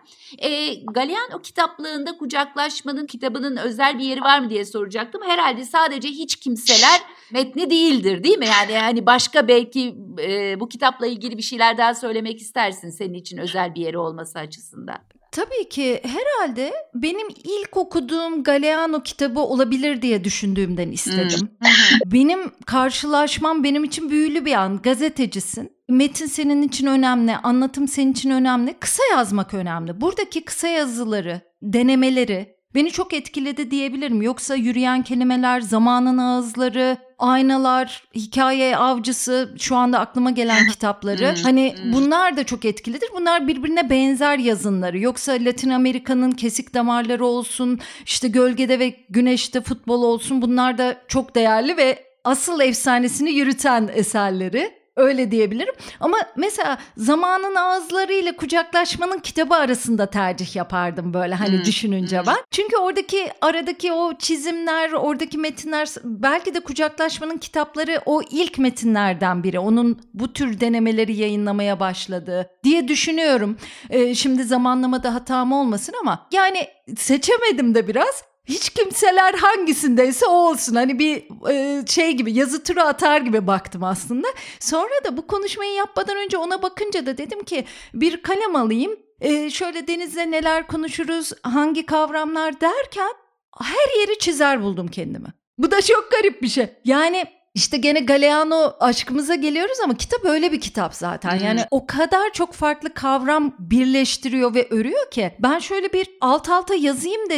Galeano kitaplığında kucaklaşmanın kitabının özel bir yeri var mı diye soracaktım. Herhalde sadece hiç kimseler metni değildir, değil mi? Yani başka belki bu kitapla ilgili bir şeyler daha söylemek istersin senin için özel bir yeri olması açısından. Tabii ki herhalde benim ilk okuduğum Galeano kitabı olabilir diye düşündüğümden istedim. Benim karşılaşmam benim için büyülü bir an. Gazetecisin. Metin senin için önemli, anlatım senin için önemli, kısa yazmak önemli. Buradaki kısa yazıları, denemeleri beni çok etkiledi diyebilirim. Yoksa yürüyen kelimeler, zamanın ağızları, aynalar, hikaye avcısı, şu anda aklıma gelen kitapları. Hani bunlar da çok etkilidir. Bunlar birbirine benzer yazınları. Yoksa Latin Amerika'nın kesik damarları olsun, işte gölgede ve güneşte futbol olsun. Bunlar da çok değerli ve asıl efsanesini yürüten eserleri. Öyle diyebilirim. Ama mesela zamanın ağızlarıyla kucaklaşmanın kitabı arasında tercih yapardım böyle hani düşününce ben. Çünkü aradaki o çizimler, oradaki metinler, belki de kucaklaşmanın kitapları o ilk metinlerden biri. Onun bu tür denemeleri yayınlamaya başladığı diye düşünüyorum. Şimdi zamanlamada hatam olmasın ama yani seçemedim de biraz. Hiç kimseler hangisindeyse o olsun. Hani bir gibi yazı turu atar gibi baktım aslında. Sonra da bu konuşmayı yapmadan önce ona bakınca da dedim ki bir kalem alayım. Şöyle Deniz'le neler konuşuruz, hangi kavramlar derken her yeri çizer buldum kendimi. Bu da çok garip bir şey. Yani işte gene Galeano aşkımıza geliyoruz ama kitap öyle bir kitap zaten. Yani o kadar çok farklı kavram birleştiriyor ve örüyor ki ben şöyle bir alt alta yazayım dedim.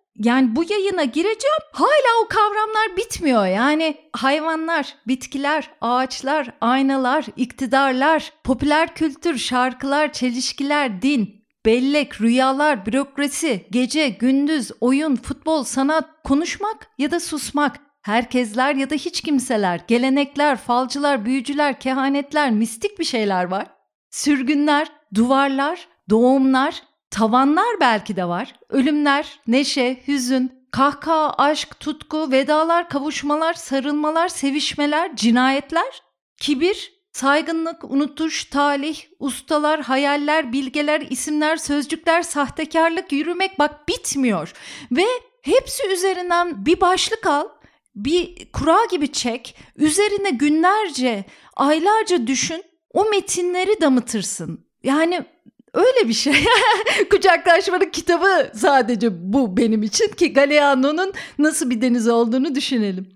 yani bu yayına gireceğim, hala o kavramlar bitmiyor. Yani hayvanlar, bitkiler, ağaçlar, aynalar, iktidarlar, popüler kültür, şarkılar, çelişkiler, din, bellek, rüyalar, bürokrasi, gece, gündüz, oyun, futbol, sanat, konuşmak ya da susmak, herkesler ya da hiç kimseler, gelenekler, falcılar, büyücüler, kehanetler, mistik bir şeyler var. Sürgünler, duvarlar, doğumlar, tavanlar belki de var. Ölümler, neşe, hüzün, kahkaha, aşk, tutku, vedalar, kavuşmalar, sarılmalar, sevişmeler, cinayetler, kibir, saygınlık, unutuş, talih, ustalar, hayaller, bilgeler, isimler, sözcükler, sahtekarlık, yürümek, bak bitmiyor. Ve hepsi üzerinden bir başlık al, bir kura gibi çek, üzerine günlerce, aylarca düşün, o metinleri damıtırsın. Yani öyle bir şey. Kucaklaşmanın kitabı sadece bu benim için, ki Galeano'nun nasıl bir deniz olduğunu düşünelim.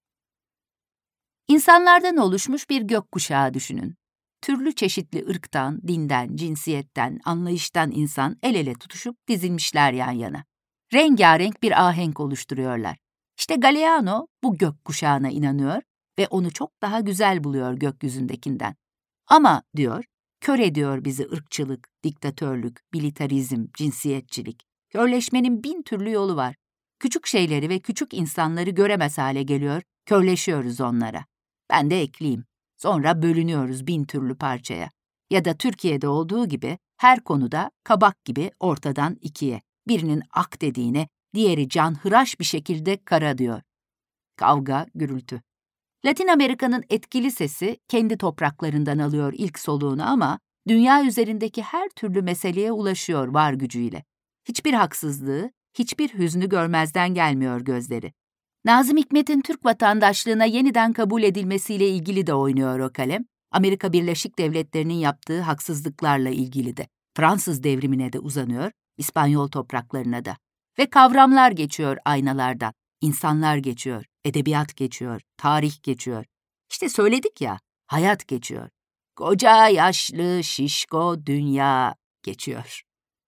İnsanlardan oluşmuş bir gökkuşağı düşünün. Türlü çeşitli ırktan, dinden, cinsiyetten, anlayıştan insan el ele tutuşup dizilmişler yan yana. Rengarenk bir ahenk oluşturuyorlar. İşte Galeano bu gökkuşağına inanıyor ve onu çok daha güzel buluyor gökyüzündekinden. Ama, diyor, kör ediyor bizi ırkçılık, diktatörlük, militarizm, cinsiyetçilik. Körleşmenin 1000 türlü yolu var. Küçük şeyleri ve küçük insanları göremez hale geliyor, körleşiyoruz onlara. Ben de ekleyeyim. Sonra bölünüyoruz 1000 türlü parçaya. Ya da Türkiye'de olduğu gibi her konuda kabak gibi ortadan ikiye. Birinin ak dediğine, diğeri canhıraş bir şekilde kara diyor. Kavga, gürültü. Latin Amerika'nın etkili sesi kendi topraklarından alıyor ilk soluğunu ama dünya üzerindeki her türlü meseleye ulaşıyor var gücüyle. Hiçbir haksızlığı, hiçbir hüznü görmezden gelmiyor gözleri. Nazım Hikmet'in Türk vatandaşlığına yeniden kabul edilmesiyle ilgili de oynuyor o kalem. Amerika Birleşik Devletleri'nin yaptığı haksızlıklarla ilgili de. Fransız devrimine de uzanıyor, İspanyol topraklarına da. Ve kavramlar geçiyor aynalardan, insanlar geçiyor, edebiyat geçiyor, tarih geçiyor. İşte söyledik ya, hayat geçiyor. Koca yaşlı şişko dünya geçiyor.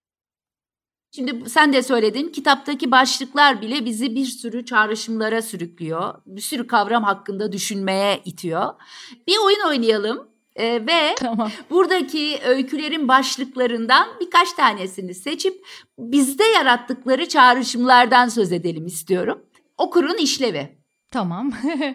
Şimdi sen de söyledin, kitaptaki başlıklar bile bizi bir sürü çağrışımlara sürüklüyor. Bir sürü kavram hakkında düşünmeye itiyor. Bir oyun oynayalım ve Tamam. buradaki öykülerin başlıklarından birkaç tanesini seçip bizde yarattıkları çağrışımlardan söz edelim istiyorum. Okurun işlevi. Tamam.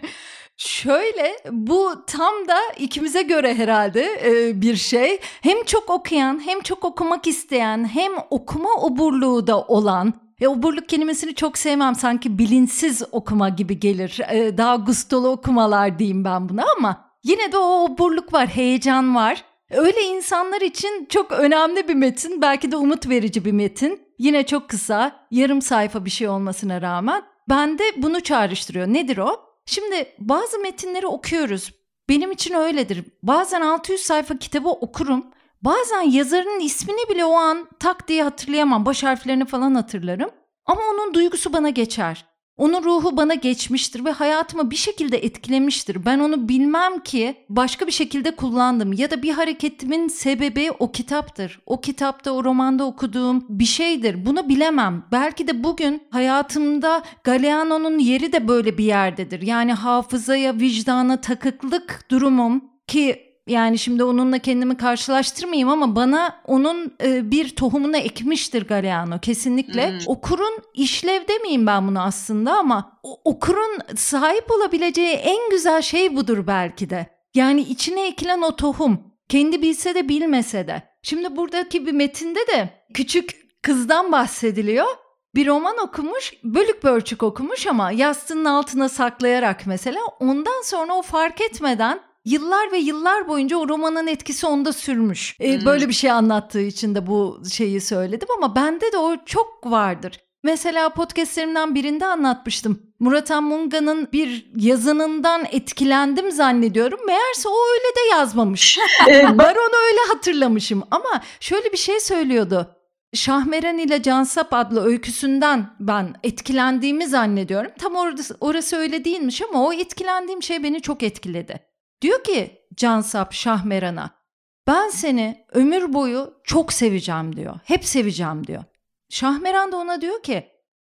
Şöyle, bu tam da ikimize göre herhalde bir şey. Hem çok okuyan, hem çok okumak isteyen, hem okuma oburluğu da olan. Oburluk kelimesini çok sevmem, sanki bilinçsiz okuma gibi gelir. Daha gustolu okumalar diyeyim ben buna, ama yine de o oburluk var, heyecan var. Öyle insanlar için çok önemli bir metin, belki de umut verici bir metin. Yine çok kısa, yarım sayfa bir şey olmasına rağmen. Bende bunu çağrıştırıyor. Nedir o? Şimdi bazı metinleri okuyoruz. Benim için öyledir. Bazen 600 sayfa kitabı okurum. Bazen yazarının ismini bile o an tak diye hatırlayamam. Baş harflerini falan hatırlarım. Ama onun duygusu bana geçer. Onun ruhu bana geçmiştir ve hayatımı bir şekilde etkilemiştir. Ben onu bilmem ki başka bir şekilde kullandım. Ya da bir hareketimin sebebi o kitaptır. O kitapta, o romanda okuduğum bir şeydir. Bunu bilemem. Belki de bugün hayatımda Galeano'nun yeri de böyle bir yerdedir. Yani hafızaya, vicdana takıklık durumum ki... Yani şimdi onunla kendimi karşılaştırmayayım ama bana onun bir tohumunu ekmiştir Galeano kesinlikle. Okurun işlev demeyeyim ben bunu aslında, ama okurun sahip olabileceği en güzel şey budur belki de. Yani içine ekilen o tohum, kendi bilse de bilmese de. Şimdi buradaki bir metinde de küçük kızdan bahsediliyor. Bir roman okumuş, bölük pörçük okumuş ama yastığının altına saklayarak mesela. Ondan sonra o fark etmeden yıllar ve yıllar boyunca o romanın etkisi onda sürmüş. Böyle bir şey anlattığı için de bu şeyi söyledim ama bende de o çok vardır. Mesela podcastlerimden birinde anlatmıştım. Murat Anmunga'nın bir yazınından etkilendim zannediyorum. Meğerse o öyle de yazmamış. Ben onu öyle hatırlamışım ama şöyle bir şey söylüyordu. Şahmeran ile Cansap adlı öyküsünden ben etkilendiğimi zannediyorum. Tam orası öyle değilmiş ama o etkilendiğim şey beni çok etkiledi. Diyor ki Cansap Şahmeran'a, ben seni ömür boyu çok seveceğim diyor. Hep seveceğim diyor. Şahmeran da ona diyor ki,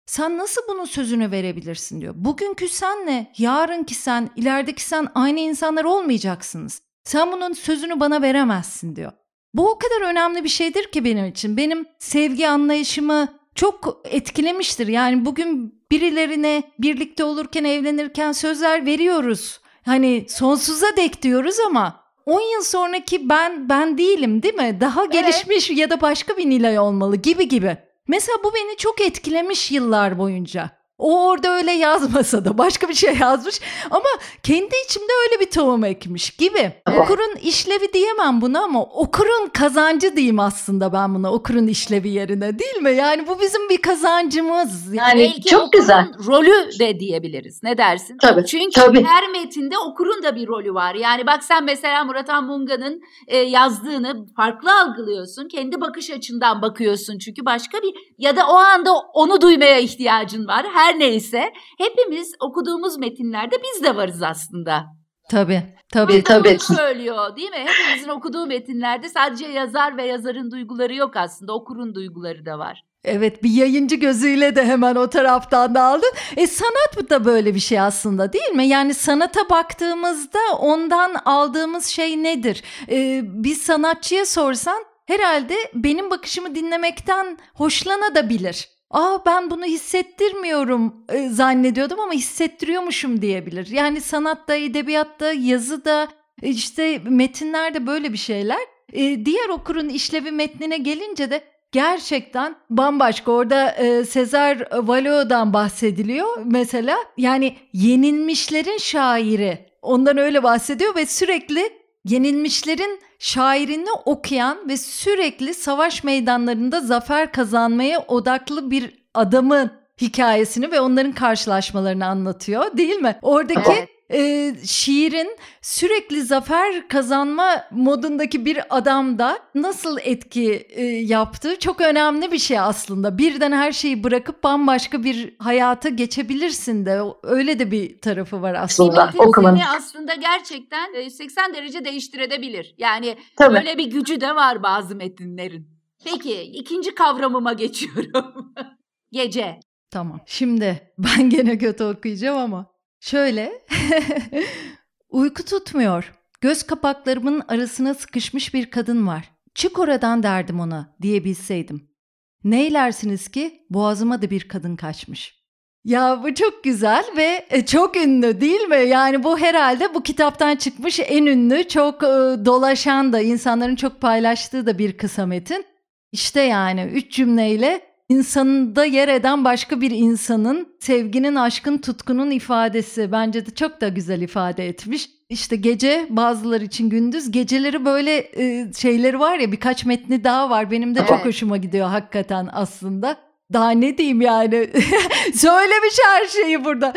Sen nasıl bunun sözünü verebilirsin diyor. Bugünkü senle yarınki sen, ilerideki sen aynı insanlar olmayacaksınız. Sen bunun sözünü bana veremezsin diyor. Bu o kadar önemli bir şeydir ki benim için. Benim sevgi anlayışımı çok etkilemiştir. Yani bugün birilerine birlikte olurken, evlenirken sözler veriyoruz. Hani sonsuza dek diyoruz ama 10 yıl sonraki ben değilim, değil mi? Daha gelişmiş ya da başka bir Nilay olmalı gibi. Mesela bu beni çok etkilemiş yıllar boyunca. O orada öyle yazmasa da başka bir şey yazmış ama kendi içimde öyle bir tohum ekmiş gibi. Evet. Okurun işlevi diyemem buna ama okurun kazancı diyeyim aslında ben buna, okurun işlevi yerine, değil mi? Yani bu bizim bir kazancımız. Yani belki çok güzel. Rolü de diyebiliriz. Ne dersin? Tabii. Çünkü her metinde okurun da bir rolü var. Yani bak sen mesela Murat Han Munga'nın yazdığını farklı algılıyorsun. Kendi bakış açından bakıyorsun. Çünkü başka bir ya da o anda onu duymaya ihtiyacın var. Her neyse hepimiz okuduğumuz metinlerde biz de varız aslında. Tabii. Bunu söylüyor değil mi? Hepimizin okuduğu metinlerde sadece yazar ve yazarın duyguları yok aslında. Okurun duyguları da var. Evet, bir yayıncı gözüyle de hemen o taraftan da aldın. Sanat da böyle bir şey aslında, değil mi? Yani sanata baktığımızda ondan aldığımız şey nedir? Bir sanatçıya sorsan herhalde benim bakışımı dinlemekten hoşlanabilir. Ben bunu hissettirmiyorum zannediyordum ama hissettiriyormuşum diyebilir. Yani sanatta, edebiyatta, yazıda, işte metinlerde böyle bir şeyler. Diğer okurun işlevi metnine gelince de gerçekten bambaşka. Orada Cesare Valleau'dan bahsediliyor mesela. Yani yenilmişlerin şairi, ondan öyle bahsediyor ve sürekli yenilmişlerin şairini okuyan ve sürekli savaş meydanlarında zafer kazanmaya odaklı bir adamın hikayesini ve onların karşılaşmalarını anlatıyor, değil mi? Oradaki şiirin sürekli zafer kazanma modundaki bir adamda nasıl etki yaptığı çok önemli bir şey aslında. Birden her şeyi bırakıp bambaşka bir hayata geçebilirsin de, öyle de bir tarafı var aslında. Seni aslında gerçekten 80 derece değiştirebilir. Yani öyle bir gücü de var bazı metinlerin. Peki ikinci kavramıma geçiyorum. Gece. Tamam, şimdi ben gene kötü okuyacağım ama şöyle. Uyku tutmuyor. Göz kapaklarımın arasına sıkışmış bir kadın var. Çık oradan derdim ona diyebilseydim. Neylersiniz ki boğazıma da bir kadın kaçmış. Ya bu çok güzel ve çok ünlü, değil mi? Yani bu herhalde bu kitaptan çıkmış en ünlü, çok dolaşan da, insanların çok paylaştığı da bir kısa metin. İşte yani 3 cümleyle insanında yer eden başka bir insanın, sevginin, aşkın, tutkunun ifadesi. Bence de çok da güzel ifade etmiş. İşte gece bazıları için gündüz, geceleri böyle şeyleri var ya, birkaç metni daha var. Benim de çok hoşuma gidiyor hakikaten aslında. Daha ne diyeyim yani? Söylemiş her şeyi burada.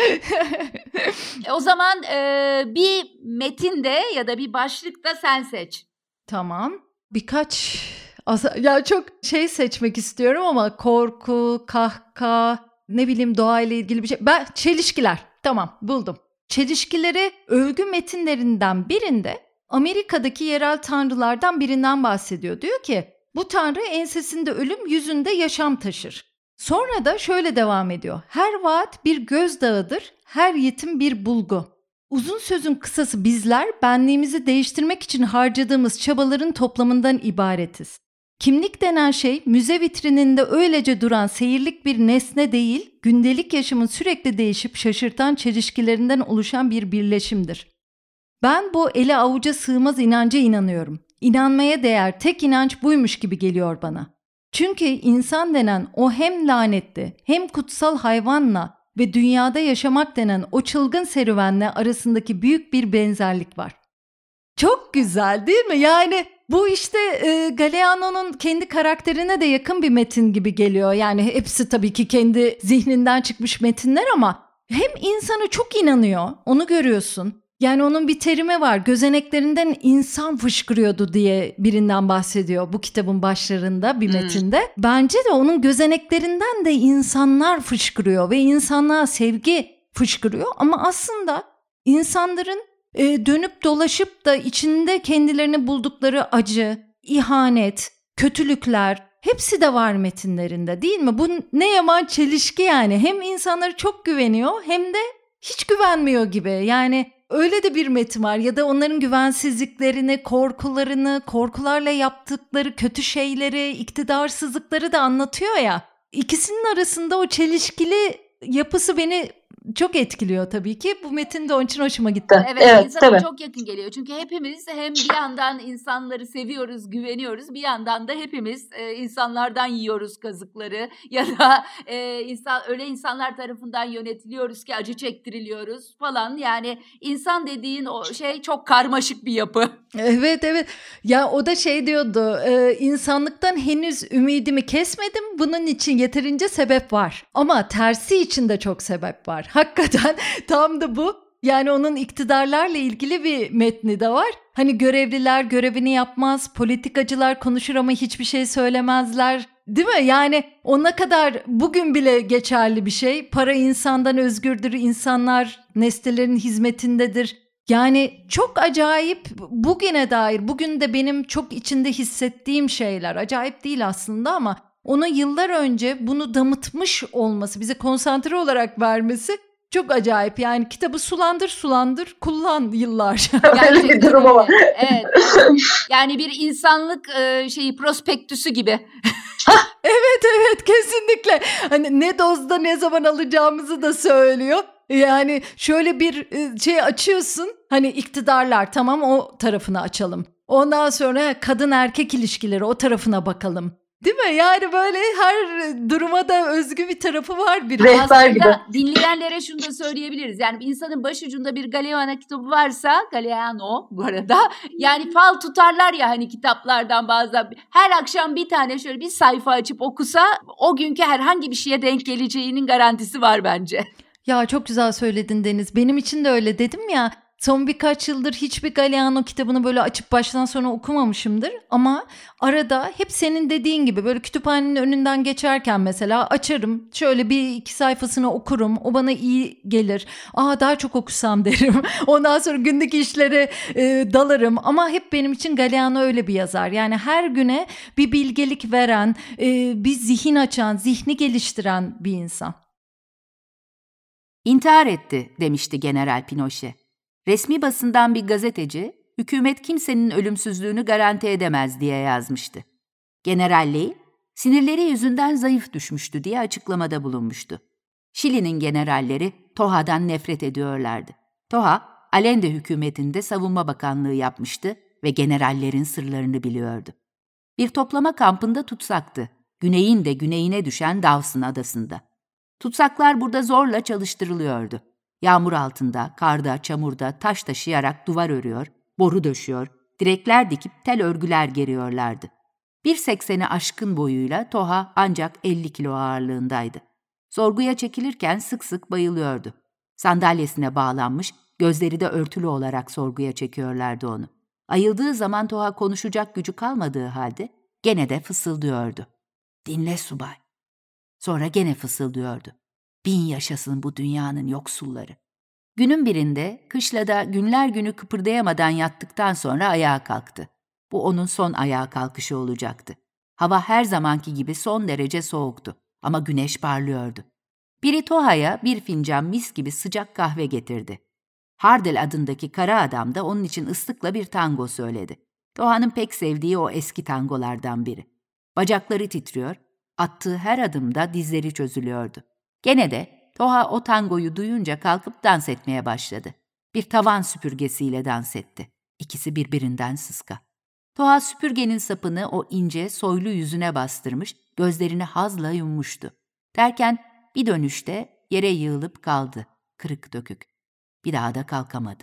O zaman bir metinde ya da bir başlıkta sen seç. Tamam. Birkaç... Ya çok seçmek istiyorum ama korku, kahkaha, ne bileyim doğayla ilgili bir şey. Ben çelişkiler. Tamam, buldum. Çelişkileri övgü metinlerinden birinde Amerika'daki yerel tanrılardan birinden bahsediyor. Diyor ki bu tanrı ensesinde ölüm, yüzünde yaşam taşır. Sonra da şöyle devam ediyor. Her vaat bir gözdağıdır, her yetim bir bulgu. Uzun sözün kısası bizler benliğimizi değiştirmek için harcadığımız çabaların toplamından ibaretiz. Kimlik denen şey müze vitrininde öylece duran seyirlik bir nesne değil, gündelik yaşamın sürekli değişip şaşırtan çelişkilerinden oluşan bir birleşimdir. Ben bu ele avuca sığmaz inanca inanıyorum. İnanmaya değer tek inanç buymuş gibi geliyor bana. Çünkü insan denen o hem lanetli hem kutsal hayvanla ve dünyada yaşamak denen o çılgın serüvenle arasındaki büyük bir benzerlik var. Çok güzel değil mi? Yani bu işte Galeano'nun kendi karakterine de yakın bir metin gibi geliyor. Yani hepsi tabii ki kendi zihninden çıkmış metinler ama hem insana çok inanıyor, onu görüyorsun. Yani onun bir terimi var, gözeneklerinden insan fışkırıyordu diye birinden bahsediyor bu kitabın başlarında bir metinde. Bence de onun gözeneklerinden de insanlar fışkırıyor ve insanlığa sevgi fışkırıyor. Ama aslında insanların dönüp dolaşıp da içinde kendilerini buldukları acı, ihanet, kötülükler, hepsi de var metinlerinde, değil mi? Bu ne yaman çelişki yani. Hem insanları çok güveniyor hem de hiç güvenmiyor gibi. Yani öyle de bir metin var. Ya da onların güvensizliklerini, korkularını, korkularla yaptıkları kötü şeyleri, iktidarsızlıkları da anlatıyor ya. İkisinin arasında o çelişkili yapısı beni çok etkiliyor tabii ki. Bu metin de onun için hoşuma gitti. Evet, insana çok yakın geliyor. Çünkü hepimiz hem bir yandan insanları seviyoruz, güveniyoruz. Bir yandan da hepimiz insanlardan yiyoruz kazıkları. Ya da öyle insanlar tarafından yönetiliyoruz ki acı çektiriliyoruz falan. Yani insan dediğin o şey çok karmaşık bir yapı. Evet. Ya o da şey diyordu, insanlıktan henüz ümidimi kesmedim. Bunun için yeterince sebep var. Ama tersi için de çok sebep var. Hakikaten tam da bu. Yani onun iktidarlarla ilgili bir metni de var. Hani görevliler görevini yapmaz, politikacılar konuşur ama hiçbir şey söylemezler. Değil mi? Yani ona kadar bugün bile geçerli bir şey. Para insandan özgürdür, insanlar nesnelerin hizmetindedir. Yani çok acayip, bugüne dair, bugün de benim çok içinde hissettiğim şeyler. Acayip değil aslında ama onu yıllar önce bunu damıtmış olması, bize konsantre olarak vermesi çok acayip. Yani kitabı sulandır kullan yıllarca. Öyle bir durum ama. Evet. Yani bir insanlık prospektüsü gibi. Evet kesinlikle. Hani ne dozda ne zaman alacağımızı da söylüyor. Yani şöyle bir şey açıyorsun, hani iktidarlar, tamam, o tarafını açalım. Ondan sonra kadın erkek ilişkileri, o tarafına bakalım. Değil mi? Yani böyle her duruma da özgü bir tarafı var. Bir rehber gibi. Dinleyenlere şunu da söyleyebiliriz. Yani bir insanın başucunda bir Galeano kitabı varsa, Galeano bu arada, yani fal tutarlar ya hani kitaplardan bazen. Her akşam bir tane şöyle bir sayfa açıp okusa o günkü herhangi bir şeye denk geleceğinin garantisi var bence. Ya çok güzel söyledin Deniz. Benim için de öyle, dedim ya. Son birkaç yıldır hiçbir Galeano kitabını böyle açıp baştan sona okumamışımdır. Ama arada hep senin dediğin gibi böyle kütüphanenin önünden geçerken mesela açarım. Şöyle bir iki sayfasını okurum. O bana iyi gelir. Daha çok okusam derim. Ondan sonra gündeki işlere dalarım. Ama hep benim için Galeano öyle bir yazar. Yani her güne bir bilgelik veren, bir zihin açan, zihni geliştiren bir insan. İntihar etti demişti General Pinochet. Resmi basından bir gazeteci, hükümet kimsenin ölümsüzlüğünü garanti edemez diye yazmıştı. General Ley, sinirleri yüzünden zayıf düşmüştü diye açıklamada bulunmuştu. Şili'nin generalleri Toha'dan nefret ediyorlardı. Toha, Allende hükümetinde savunma bakanlığı yapmıştı ve generallerin sırlarını biliyordu. Bir toplama kampında tutsaktı, güneyin de güneyine düşen Dawson adasında. Tutsaklar burada zorla çalıştırılıyordu. Yağmur altında, karda, çamurda taş taşıyarak duvar örüyor, boru döşüyor, direkler dikip tel örgüler geriyorlardı. 1.80'i aşkın boyuyla Toha ancak 50 kilo ağırlığındaydı. Sorguya çekilirken sık sık bayılıyordu. Sandalyesine bağlanmış, gözleri de örtülü olarak sorguya çekiyorlardı onu. Ayıldığı zaman Toha konuşacak gücü kalmadığı halde gene de fısıldıyordu. "Dinle subay." Sonra gene fısıldıyordu. "Bin yaşasın bu dünyanın yoksulları." Günün birinde kışlada günler günü kıpırdayamadan yattıktan sonra ayağa kalktı. Bu onun son ayağa kalkışı olacaktı. Hava her zamanki gibi son derece soğuktu ama güneş parlıyordu. Biri Toha'ya bir fincan mis gibi sıcak kahve getirdi. Hardel adındaki kara adam da onun için ıslıkla bir tango söyledi. Toha'nın pek sevdiği o eski tangolardan biri. Bacakları titriyor, attığı her adımda dizleri çözülüyordu. Gene de Toha o tangoyu duyunca kalkıp dans etmeye başladı. Bir tavan süpürgesiyle dans etti. İkisi birbirinden sıska. Toha süpürgenin sapını o ince, soylu yüzüne bastırmış, gözlerini hazla yummuştu. Derken bir dönüşte yere yığılıp kaldı, kırık dökük. Bir daha da kalkamadı.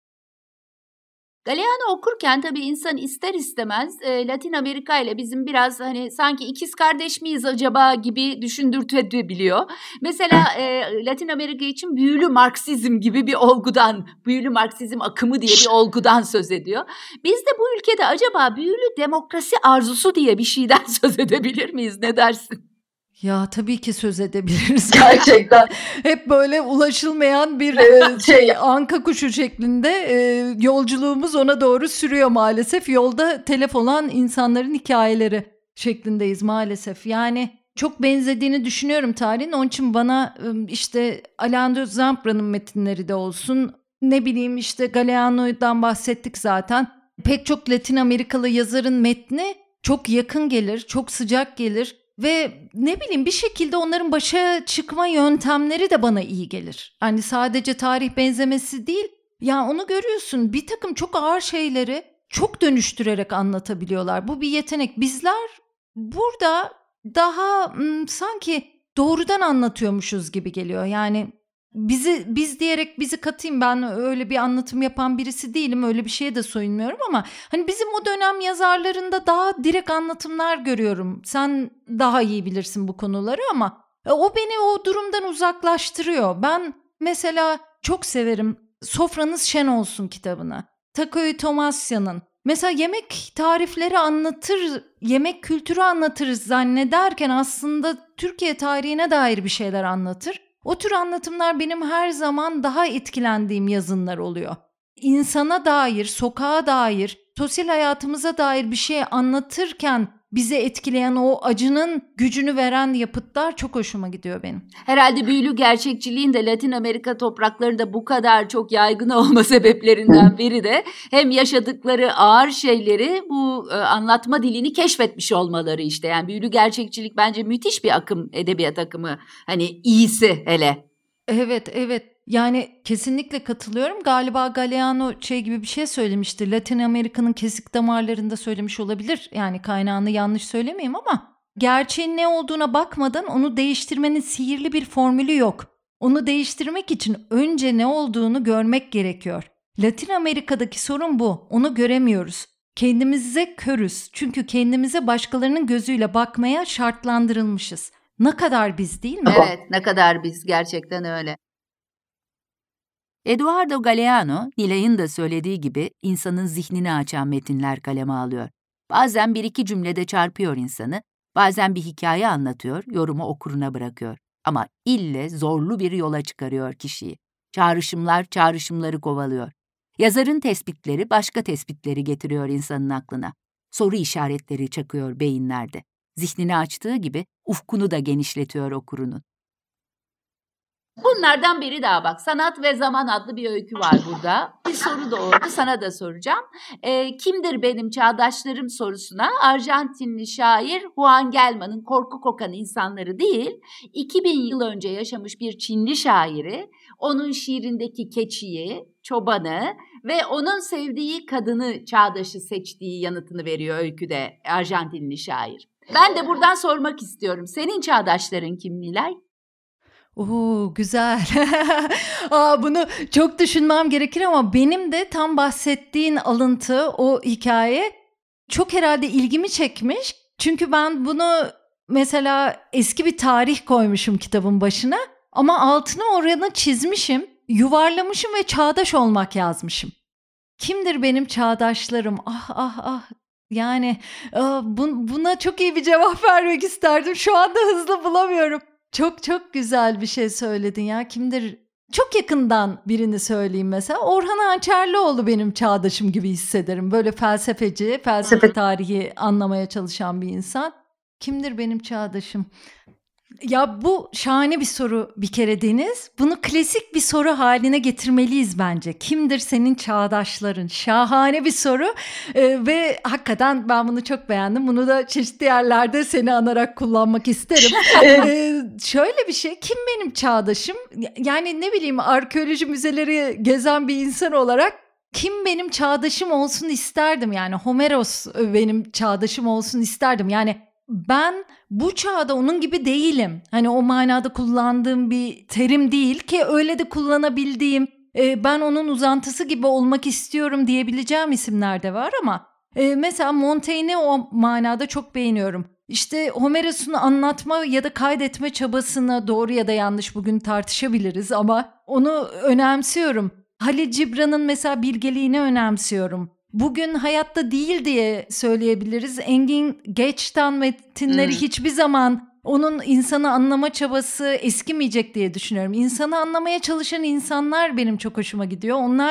Galeano okurken tabii insan ister istemez Latin Amerika ile bizim biraz hani sanki ikiz kardeş miyiz acaba gibi düşündürtebiliyor. Mesela Latin Amerika için büyülü Marksizm gibi bir olgudan, büyülü Marksizm akımı diye bir olgudan söz ediyor. Biz de bu ülkede acaba büyülü demokrasi arzusu diye bir şeyden söz edebilir miyiz? Ne dersin? Ya tabii ki söz edebiliriz. Gerçekten. Hep böyle ulaşılmayan bir anka kuşu şeklinde yolculuğumuz ona doğru sürüyor maalesef. Yolda telef olan insanların hikayeleri. şeklindeyiz maalesef. Yani çok benzediğini düşünüyorum tarihin. Onun için bana işte Alejandro Zambra'nın metinleri de olsun, ne bileyim işte Galeano'dan bahsettik zaten. Pek çok Latin Amerikalı yazarın metni çok yakın gelir, çok sıcak gelir ve ne bileyim bir şekilde onların başa çıkma yöntemleri de bana iyi gelir. Hani sadece tarih benzemesi değil, yani onu görüyorsun, bir takım çok ağır şeyleri çok dönüştürerek anlatabiliyorlar. Bu bir yetenek. Bizler burada daha sanki doğrudan anlatıyormuşuz gibi geliyor. Yani biz diyerek bizi katayım, ben öyle bir anlatım yapan birisi değilim, öyle bir şeye de soyunmuyorum ama hani bizim o dönem yazarlarında daha direkt anlatımlar görüyorum. Sen daha iyi bilirsin bu konuları ama o beni o durumdan uzaklaştırıyor. Ben mesela çok severim Sofranız Şen Olsun kitabını. Takeo Tomasya'nın. Mesela yemek tarifleri anlatır, yemek kültürü anlatırız zannederken aslında Türkiye tarihine dair bir şeyler anlatır. O tür anlatımlar benim her zaman daha etkilendiğim yazınlar oluyor. İnsana dair, sokağa dair, sosyal hayatımıza dair bir şey anlatırken bize etkileyen o acının gücünü veren yapıtlar çok hoşuma gidiyor benim. Herhalde büyülü gerçekçiliğin de Latin Amerika topraklarında bu kadar çok yaygın olma sebeplerinden biri de hem yaşadıkları ağır şeyleri bu anlatma dilini keşfetmiş olmaları işte. Yani büyülü gerçekçilik bence müthiş bir akım, edebiyat akımı. Hani iyisi hele. Evet. Yani kesinlikle katılıyorum. Galiba Galeano gibi bir şey söylemişti. Latin Amerika'nın kesik damarlarında söylemiş olabilir. Yani kaynağını yanlış söylemeyeyim ama gerçeğin ne olduğuna bakmadan onu değiştirmenin sihirli bir formülü yok. Onu değiştirmek için önce ne olduğunu görmek gerekiyor. Latin Amerika'daki sorun bu. Onu göremiyoruz. Kendimize körüz. Çünkü kendimize başkalarının gözüyle bakmaya şartlandırılmışız. Ne kadar biz, değil mi? Evet, ne kadar biz, gerçekten öyle. Eduardo Galeano, Nilay'ın da söylediği gibi insanın zihnini açan metinler kaleme alıyor. Bazen bir iki cümlede çarpıyor insanı, bazen bir hikaye anlatıyor, yorumu okuruna bırakıyor. Ama ille zorlu bir yola çıkarıyor kişiyi. Çağrışımlar çağrışımları kovalıyor. Yazarın tespitleri başka tespitleri getiriyor insanın aklına. Soru işaretleri çakıyor beyinlerde. Zihnini açtığı gibi ufkunu da genişletiyor okurunun. Bunlardan biri daha bak. Sanat ve Zaman adlı bir öykü var burada. Bir soru doğurdu, sana da soracağım. Kimdir benim çağdaşlarım sorusuna Arjantinli şair Juan Gelman'ın Korku Kokan İnsanları değil, 2000 yıl önce yaşamış bir Çinli şairi, onun şiirindeki keçiyi, çobanı ve onun sevdiği kadını çağdaşı seçtiği yanıtını veriyor öyküde Arjantinli şair. Ben de buradan sormak istiyorum. Senin çağdaşların kim Nilay? Oo, güzel. Bunu çok düşünmem gerekir ama benim de tam bahsettiğin alıntı, o hikaye çok herhalde ilgimi çekmiş. Çünkü ben bunu mesela eski bir tarih koymuşum kitabın başına ama altına oranı çizmişim, yuvarlamışım ve çağdaş olmak yazmışım. Kimdir benim çağdaşlarım? Yani buna çok iyi bir cevap vermek isterdim. Şu anda hızlı bulamıyorum. Çok güzel bir şey söyledin ya. Kimdir? Çok yakından birini söyleyeyim mesela. Orhan Hançerlioğlu benim çağdaşım gibi hissederim. Böyle felsefeci, felsefe tarihi anlamaya çalışan bir insan. Kimdir benim çağdaşım? Ya bu şahane bir soru bir kere Deniz. Bunu klasik bir soru haline getirmeliyiz bence. Kimdir senin çağdaşların? Şahane bir soru ve hakikaten ben bunu çok beğendim. Bunu da çeşitli yerlerde seni anarak kullanmak isterim. Şöyle bir şey, kim benim çağdaşım? Yani ne bileyim, arkeoloji müzeleri gezen bir insan olarak kim benim çağdaşım olsun isterdim. Yani Homeros benim çağdaşım olsun isterdim. Yani ben bu çağda onun gibi değilim. Hani o manada kullandığım bir terim değil ki, öyle de kullanabildiğim, ben onun uzantısı gibi olmak istiyorum diyebileceğim isimler de var ama mesela Montaigne'i o manada çok beğeniyorum. İşte Homeros'un anlatma ya da kaydetme çabasını, doğru ya da yanlış bugün tartışabiliriz ama onu önemsiyorum. Halil Cibran'ın mesela bilgeliğini önemsiyorum. Bugün hayatta değil diye söyleyebiliriz. Engin Geçtan metinleri hiçbir zaman onun insanı anlama çabası eskimeyecek diye düşünüyorum. İnsanı anlamaya çalışan insanlar benim çok hoşuma gidiyor. Onlar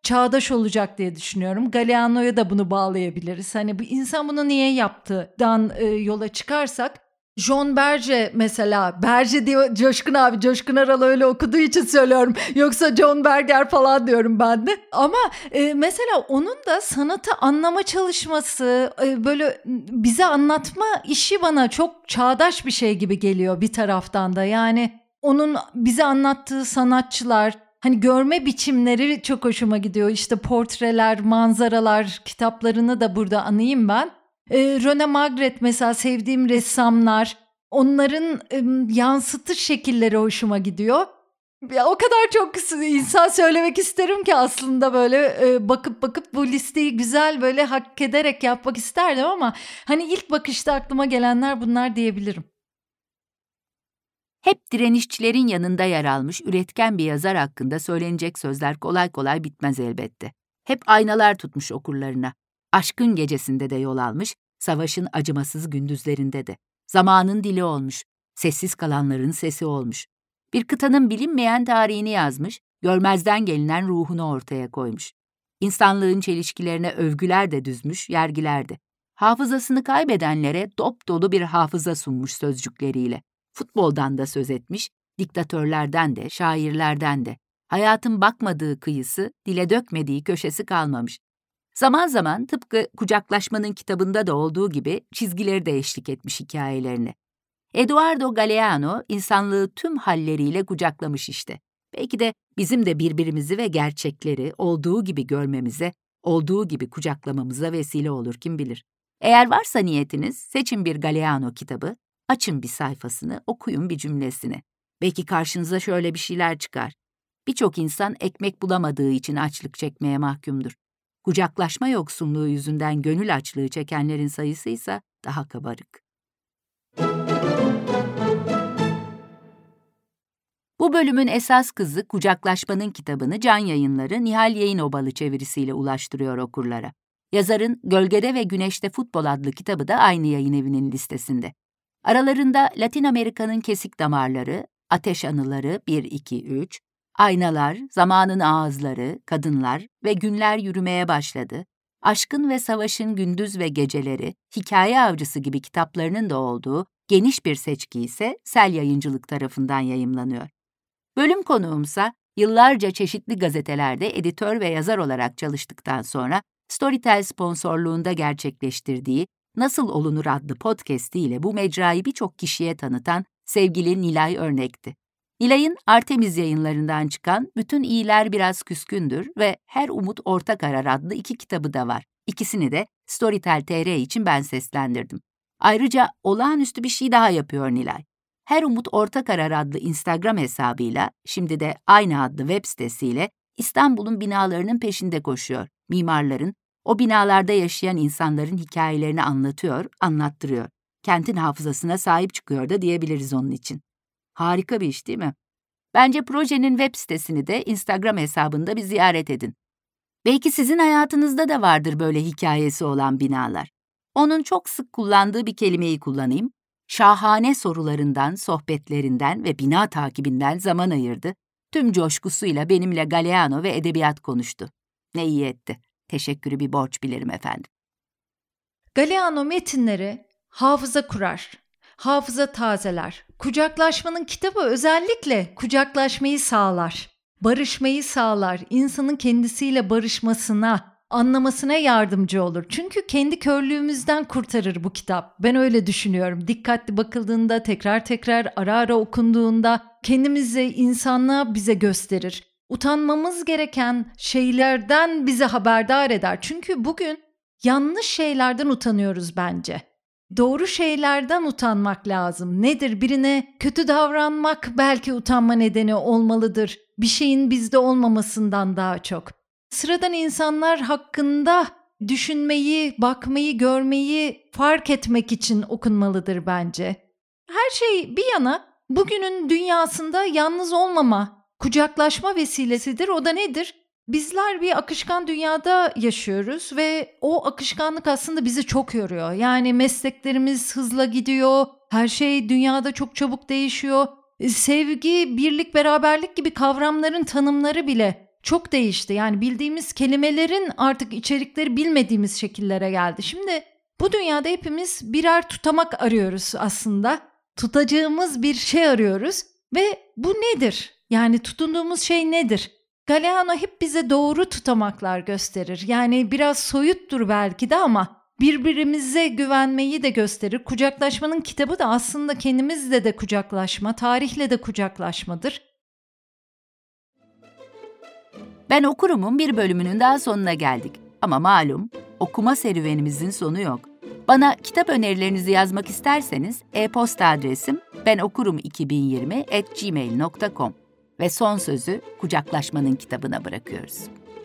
çağdaş olacak diye düşünüyorum. Galeano'ya da bunu bağlayabiliriz. Hani bu insan bunu niye yaptıdan yola çıkarsak, John Berger mesela, Berger diyor Coşkun abi, Coşkun Aral öyle okuduğu için söylüyorum. Yoksa John Berger falan diyorum ben de. Ama mesela onun da sanatı anlama çalışması, böyle bize anlatma işi bana çok çağdaş bir şey gibi geliyor bir taraftan da. Yani onun bize anlattığı sanatçılar, hani görme biçimleri çok hoşuma gidiyor. İşte portreler, manzaralar, kitaplarını da burada anayım ben. Rene Magritte mesela, sevdiğim ressamlar, onların yansıtış şekilleri hoşuma gidiyor. Ya, o kadar çok insan söylemek isterim ki aslında böyle bakıp bu listeyi güzel böyle hak ederek yapmak isterdim ama hani ilk bakışta aklıma gelenler bunlar diyebilirim. Hep direnişçilerin yanında yer almış üretken bir yazar hakkında söylenecek sözler kolay kolay bitmez elbette. Hep aynalar tutmuş okurlarına. Aşkın gecesinde de yol almış, savaşın acımasız gündüzlerinde de. Zamanın dili olmuş, sessiz kalanların sesi olmuş. Bir kıtanın bilinmeyen tarihini yazmış, görmezden gelinen ruhunu ortaya koymuş. İnsanlığın çelişkilerine övgüler de düzmüş, yergiler de. Hafızasını kaybedenlere dop dolu bir hafıza sunmuş sözcükleriyle. Futboldan da söz etmiş, diktatörlerden de, şairlerden de. Hayatın bakmadığı kıyısı, dile dökmediği köşesi kalmamış. Zaman zaman tıpkı Kucaklaşmanın kitabında da olduğu gibi çizgileri de eşlik etmiş hikayelerine. Eduardo Galeano insanlığı tüm halleriyle kucaklamış işte. Belki de bizim de birbirimizi ve gerçekleri olduğu gibi görmemize, olduğu gibi kucaklamamıza vesile olur kim bilir. Eğer varsa niyetiniz, seçin bir Galeano kitabı, açın bir sayfasını, okuyun bir cümlesini. Belki karşınıza şöyle bir şeyler çıkar. Birçok insan ekmek bulamadığı için açlık çekmeye mahkumdur. Kucaklaşma yoksunluğu yüzünden gönül açlığı çekenlerin sayısı ise daha kabarık. Bu bölümün esas kızı Kucaklaşmanın kitabını Can Yayınları Nihal Yayınobalı çevirisiyle ulaştırıyor okurlara. Yazarın Gölgede ve Güneşte Futbol adlı kitabı da aynı yayın evinin listesinde. Aralarında Latin Amerika'nın Kesik Damarları, Ateş Anıları 1-2-3, Aynalar, Zamanın Ağızları, Kadınlar ve Günler Yürümeye Başladı, Aşkın ve Savaşın Gündüz ve Geceleri, Hikaye Avcısı gibi kitaplarının da olduğu geniş bir seçki ise Sel Yayıncılık tarafından yayımlanıyor. Bölüm konuğumsa yıllarca çeşitli gazetelerde editör ve yazar olarak çalıştıktan sonra Storytel sponsorluğunda gerçekleştirdiği Nasıl Olunur adlı podcast'i ile bu mecrayı birçok kişiye tanıtan sevgili Nilay Örnek'ti. Nilay'ın Artemis Yayınlarından çıkan Bütün İyiler Biraz Küskündür ve Her Umut Orta Karar adlı 2 kitabı da var. İkisini de Storytel TR için ben seslendirdim. Ayrıca olağanüstü bir şey daha yapıyor Nilay. Her Umut Orta Karar adlı Instagram hesabıyla, şimdi de aynı adlı web sitesiyle İstanbul'un binalarının peşinde koşuyor. Mimarların, o binalarda yaşayan insanların hikayelerini anlatıyor, anlattırıyor. Kentin hafızasına sahip çıkıyor da diyebiliriz onun için. Harika bir iş değil mi? Bence projenin web sitesini de Instagram hesabında bir ziyaret edin. Belki sizin hayatınızda da vardır böyle hikayesi olan binalar. Onun çok sık kullandığı bir kelimeyi kullanayım. Şahane sorularından, sohbetlerinden ve bina takibinden zaman ayırdı. Tüm coşkusuyla benimle Galeano ve edebiyat konuştu. Ne iyi etti. Teşekkürü bir borç bilirim efendim. Galeano metinleri hafıza kurar, hafıza tazeler. Kucaklaşmanın kitabı özellikle kucaklaşmayı sağlar, barışmayı sağlar, insanın kendisiyle barışmasına, anlamasına yardımcı olur. Çünkü kendi körlüğümüzden kurtarır bu kitap. Ben öyle düşünüyorum. Dikkatli bakıldığında, tekrar ara ara okunduğunda kendimizi, insanlığa bize gösterir. Utanmamız gereken şeylerden bizi haberdar eder. Çünkü bugün yanlış şeylerden utanıyoruz bence. Doğru şeylerden utanmak lazım. Nedir? Birine kötü davranmak belki utanma nedeni olmalıdır. Bir şeyin bizde olmamasından daha çok. Sıradan insanlar hakkında düşünmeyi, bakmayı, görmeyi fark etmek için okunmalıdır bence. Her şey bir yana bugünün dünyasında yalnız olmama, kucaklaşma vesilesidir. O da nedir? Bizler bir akışkan dünyada yaşıyoruz ve o akışkanlık aslında bizi çok yoruyor. Yani mesleklerimiz hızla gidiyor, her şey dünyada çok çabuk değişiyor. Sevgi, birlik, beraberlik gibi kavramların tanımları bile çok değişti. Yani bildiğimiz kelimelerin artık içerikleri bilmediğimiz şekillere geldi. Şimdi bu dünyada hepimiz birer tutamak arıyoruz aslında. Tutacağımız bir şey arıyoruz ve bu nedir? Yani tutunduğumuz şey nedir? Galeano hep bize doğru tutamaklar gösterir. Yani biraz soyuttur belki de ama birbirimize güvenmeyi de gösterir. Kucaklaşmanın kitabı da aslında kendimizle de kucaklaşma, tarihle de kucaklaşmadır. Ben Okurum'un bir bölümünün daha sonuna geldik. Ama malum okuma serüvenimizin sonu yok. Bana kitap önerilerinizi yazmak isterseniz e-posta adresim benokurum2020@gmail.com ve son sözü Kucaklaşmanın kitabına bırakıyoruz.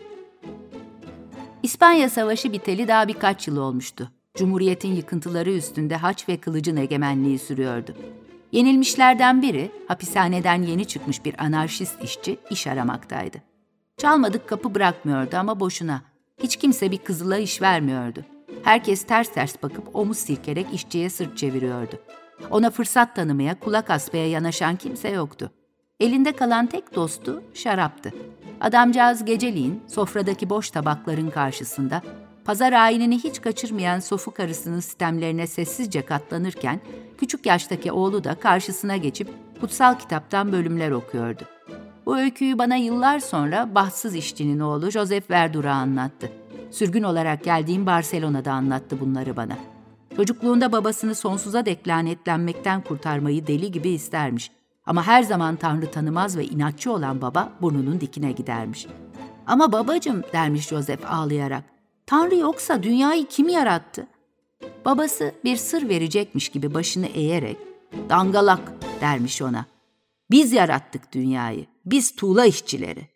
İspanya Savaşı biteli daha birkaç yıl olmuştu. Cumhuriyetin yıkıntıları üstünde haç ve kılıcın egemenliği sürüyordu. Yenilmişlerden biri, hapishaneden yeni çıkmış bir anarşist işçi iş aramaktaydı. Çalmadık kapı bırakmıyordu ama boşuna. Hiç kimse bir kızıla iş vermiyordu. Herkes ters ters bakıp omuz silkerek işçiye sırt çeviriyordu. Ona fırsat tanımaya, kulak asmaya yanaşan kimse yoktu. Elinde kalan tek dostu şaraptı. Adamcağız geceliğin sofradaki boş tabakların karşısında, pazar ayinini hiç kaçırmayan sofu karısının sitemlerine sessizce katlanırken, küçük yaştaki oğlu da karşısına geçip kutsal kitaptan bölümler okuyordu. Bu öyküyü bana yıllar sonra bahtsız işçinin oğlu Joseph Verdura anlattı. Sürgün olarak geldiğim Barcelona'da anlattı bunları bana. Çocukluğunda babasını sonsuza dek lanetlenmekten kurtarmayı deli gibi istermiş. Ama her zaman Tanrı tanımaz ve inatçı olan baba burnunun dikine gidermiş. "Ama babacığım," dermiş Joseph ağlayarak, "Tanrı yoksa dünyayı kim yarattı?" Babası bir sır verecekmiş gibi başını eğerek, "Dangalak," dermiş ona. "Biz yarattık dünyayı, biz tuğla işçileri."